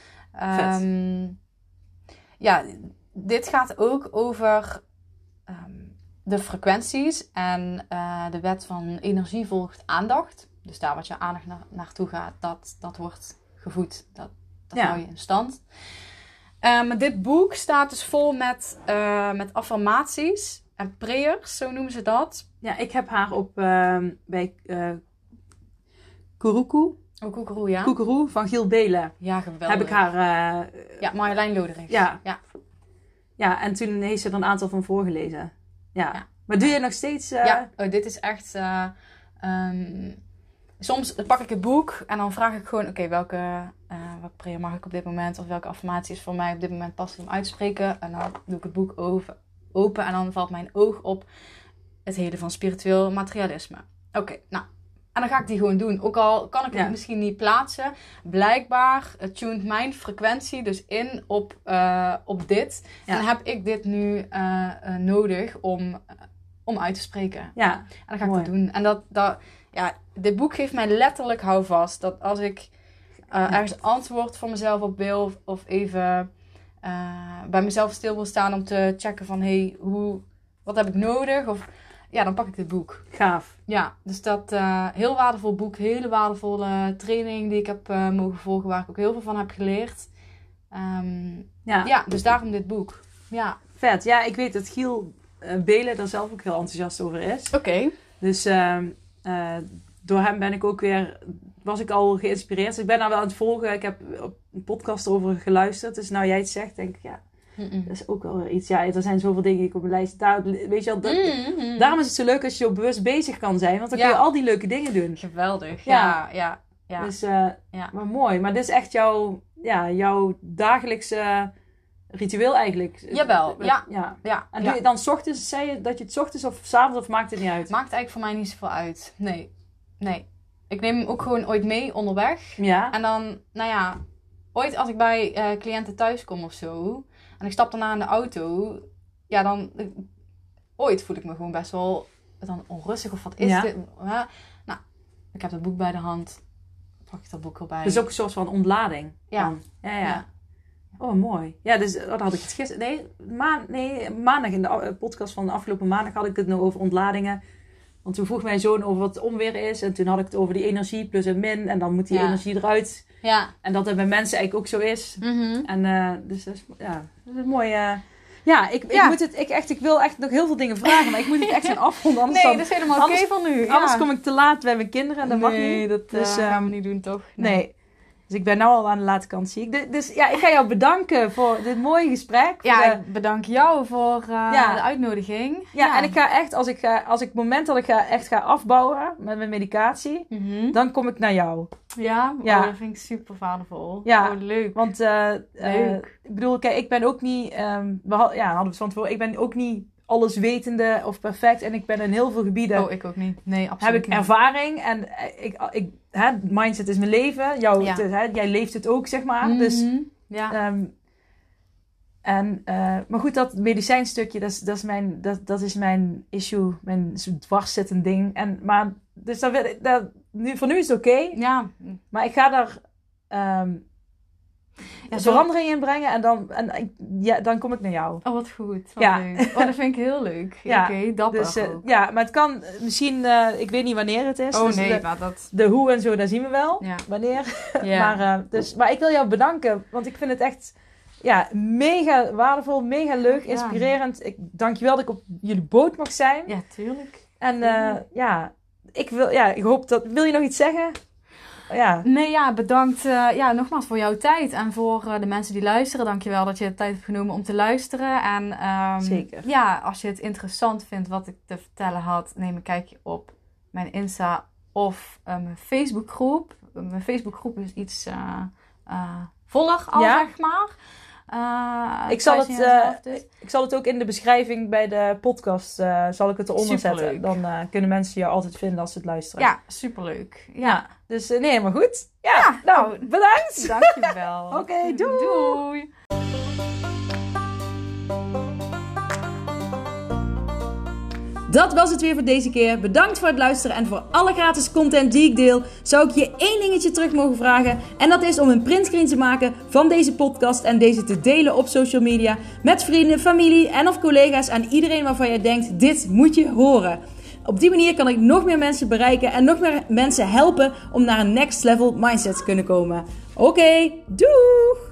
Dit gaat ook over de frequenties en de wet van energie volgt aandacht. Dus daar wat je aandacht naartoe gaat, dat wordt gevoed. Dat hou je in stand. Maar dit boek staat dus vol met affirmaties en prayers, zo noemen ze dat. Ja, ik heb haar op bij Kuruku. Oh, Koekeroe, ja. Koekeroe van Giel Belen. Ja, geweldig. Heb ik haar... Marjolein Loderichs. Ja, en toen heeft ze er een aantal van voorgelezen. Ja. Maar doe je nog steeds... dit is echt... soms pak ik het boek en dan vraag ik gewoon... Oké, welke prayer mag ik op dit moment? Of welke affirmatie is voor mij op dit moment passend om uit te spreken? En dan doe ik het boek open en dan valt mijn oog op het heden van spiritueel materialisme. Oké, nou... En dan ga ik die gewoon doen. Ook al kan ik het misschien niet plaatsen. Blijkbaar tuned mijn frequentie dus in op dit. Ja. En heb ik dit nu nodig om uit te spreken. Ja. En dan ga ik dat doen. En dit boek geeft mij letterlijk houvast. Dat als ik ergens antwoord voor mezelf op wil. Of even bij mezelf stil wil staan om te checken van... wat heb ik nodig? Of... Ja, dan pak ik dit boek. Gaaf. Ja, dus dat heel waardevol boek. Hele waardevolle training die ik heb mogen volgen. Waar ik ook heel veel van heb geleerd. Dus daarom dit boek. Ja. Vet. Ja, ik weet dat Giel Belen daar zelf ook heel enthousiast over is. Oké. Dus door hem was ik al geïnspireerd. Dus ik ben daar wel aan het volgen. Ik heb op een podcast over geluisterd. Dus nou jij het zegt, denk ik dat is ook wel weer iets. Ja, er zijn zoveel dingen die ik op mijn lijst... Weet je wel, daarom is het zo leuk als je zo bewust bezig kan zijn. Want dan kun je al die leuke dingen doen. Geweldig. Ja. Dus, maar mooi. Maar dit is echt jouw dagelijkse ritueel eigenlijk. Jawel, ja. En doe je dan 's ochtends, zei je dat je het 's ochtends of 's avonds of maakt het niet uit? Maakt eigenlijk voor mij niet zoveel uit. Nee. ik neem hem ook gewoon ooit mee onderweg. Ja. En dan, ooit als ik bij cliënten thuis kom of zo. En ik stap daarna in de auto. Ja, dan... ooit voel ik me gewoon best wel dan onrustig. Of wat is dit? Ja. Nou, ik heb dat boek bij de hand. Pak ik dat boek erbij. Dus ook een soort van ontlading. Ja. Ja. Oh, mooi. Ja, dus wat had ik het gisteren... maandag in de podcast van de afgelopen maandag had ik het nog over ontladingen. Want toen vroeg mijn zoon over wat onweer is. En toen had ik het over die energie plus en min. En dan moet die energie eruit. Ja. En dat het bij mensen eigenlijk ook zo is. Mm-hmm. En dus dat is een mooie... Ik wil echt nog heel veel dingen vragen. Maar ik moet het echt gaan afronden. Nee, dat is helemaal oké van nu. Anders kom ik te laat bij mijn kinderen. En dat mag niet. Nee, dat gaan we niet doen, toch? Nee. Dus ik ben nu al aan de late kant, zie ik. Dus ik ga jou bedanken voor dit mooie gesprek. Ja, ik bedank jou voor de uitnodiging. Ja, en ik ga echt, als ik het moment dat ik ga afbouwen met mijn medicatie, dan kom ik naar jou. Ja? Oh, dat vind ik super waardevol. Ja, leuk. Want ik bedoel, kijk, ik ben ook niet, hadden we het van tevoren, ik ben ook niet alleswetende of perfect. En ik ben in heel veel gebieden. Oh, ik ook niet. Nee, absoluut heb ik ervaring. En mindset is mijn leven. Jij leeft het ook, zeg maar. Mm-hmm. Dus, ja. Maar goed, dat medicijnstukje, dat is mijn issue. Mijn dwarszittend ding. Dus voor nu is het oké. Ja. Maar ik ga daar verandering in brengen. En dan kom ik naar jou. Oh, wat goed. Wat leuk. Oh, dat vind ik heel leuk. Ja. Oké, dapper dus, ook. Ja, maar het kan misschien... ik weet niet wanneer het is. Oh dus nee, maar dat... De hoe en zo, daar zien we wel. Ja. Wanneer. Ja. Maar ik wil jou bedanken. Want ik vind het echt mega waardevol. Mega leuk. Inspirerend. Ik dank je wel dat ik op jullie boot mag zijn. Ja, tuurlijk. En ik hoop dat... Wil je nog iets zeggen? Ja. Nee, bedankt nogmaals voor jouw tijd. En voor de mensen die luisteren. Dankjewel dat je de tijd hebt genomen om te luisteren. En zeker. Ja, als je het interessant vindt wat ik te vertellen had, neem een kijkje op mijn Insta of mijn Facebookgroep. Mijn Facebookgroep is iets voller al, zeg maar. Ik zal het ook in de beschrijving bij de podcast zal ik het eronder zetten. Dan kunnen mensen je altijd vinden als ze het luisteren. Ja, superleuk. Ja. Dus nee, maar goed. Ja, nou, bedankt. Dankjewel. Oké, doei. Doei. Dat was het weer voor deze keer. Bedankt voor het luisteren en voor alle gratis content die ik deel. Zou ik je 1 dingetje terug mogen vragen. En dat is om een printscreen te maken van deze podcast. En deze te delen op social media. Met vrienden, familie en of collega's. En iedereen waarvan je denkt, dit moet je horen. Op die manier kan ik nog meer mensen bereiken. En nog meer mensen helpen om naar een next level mindset te kunnen komen. Oké, doeg!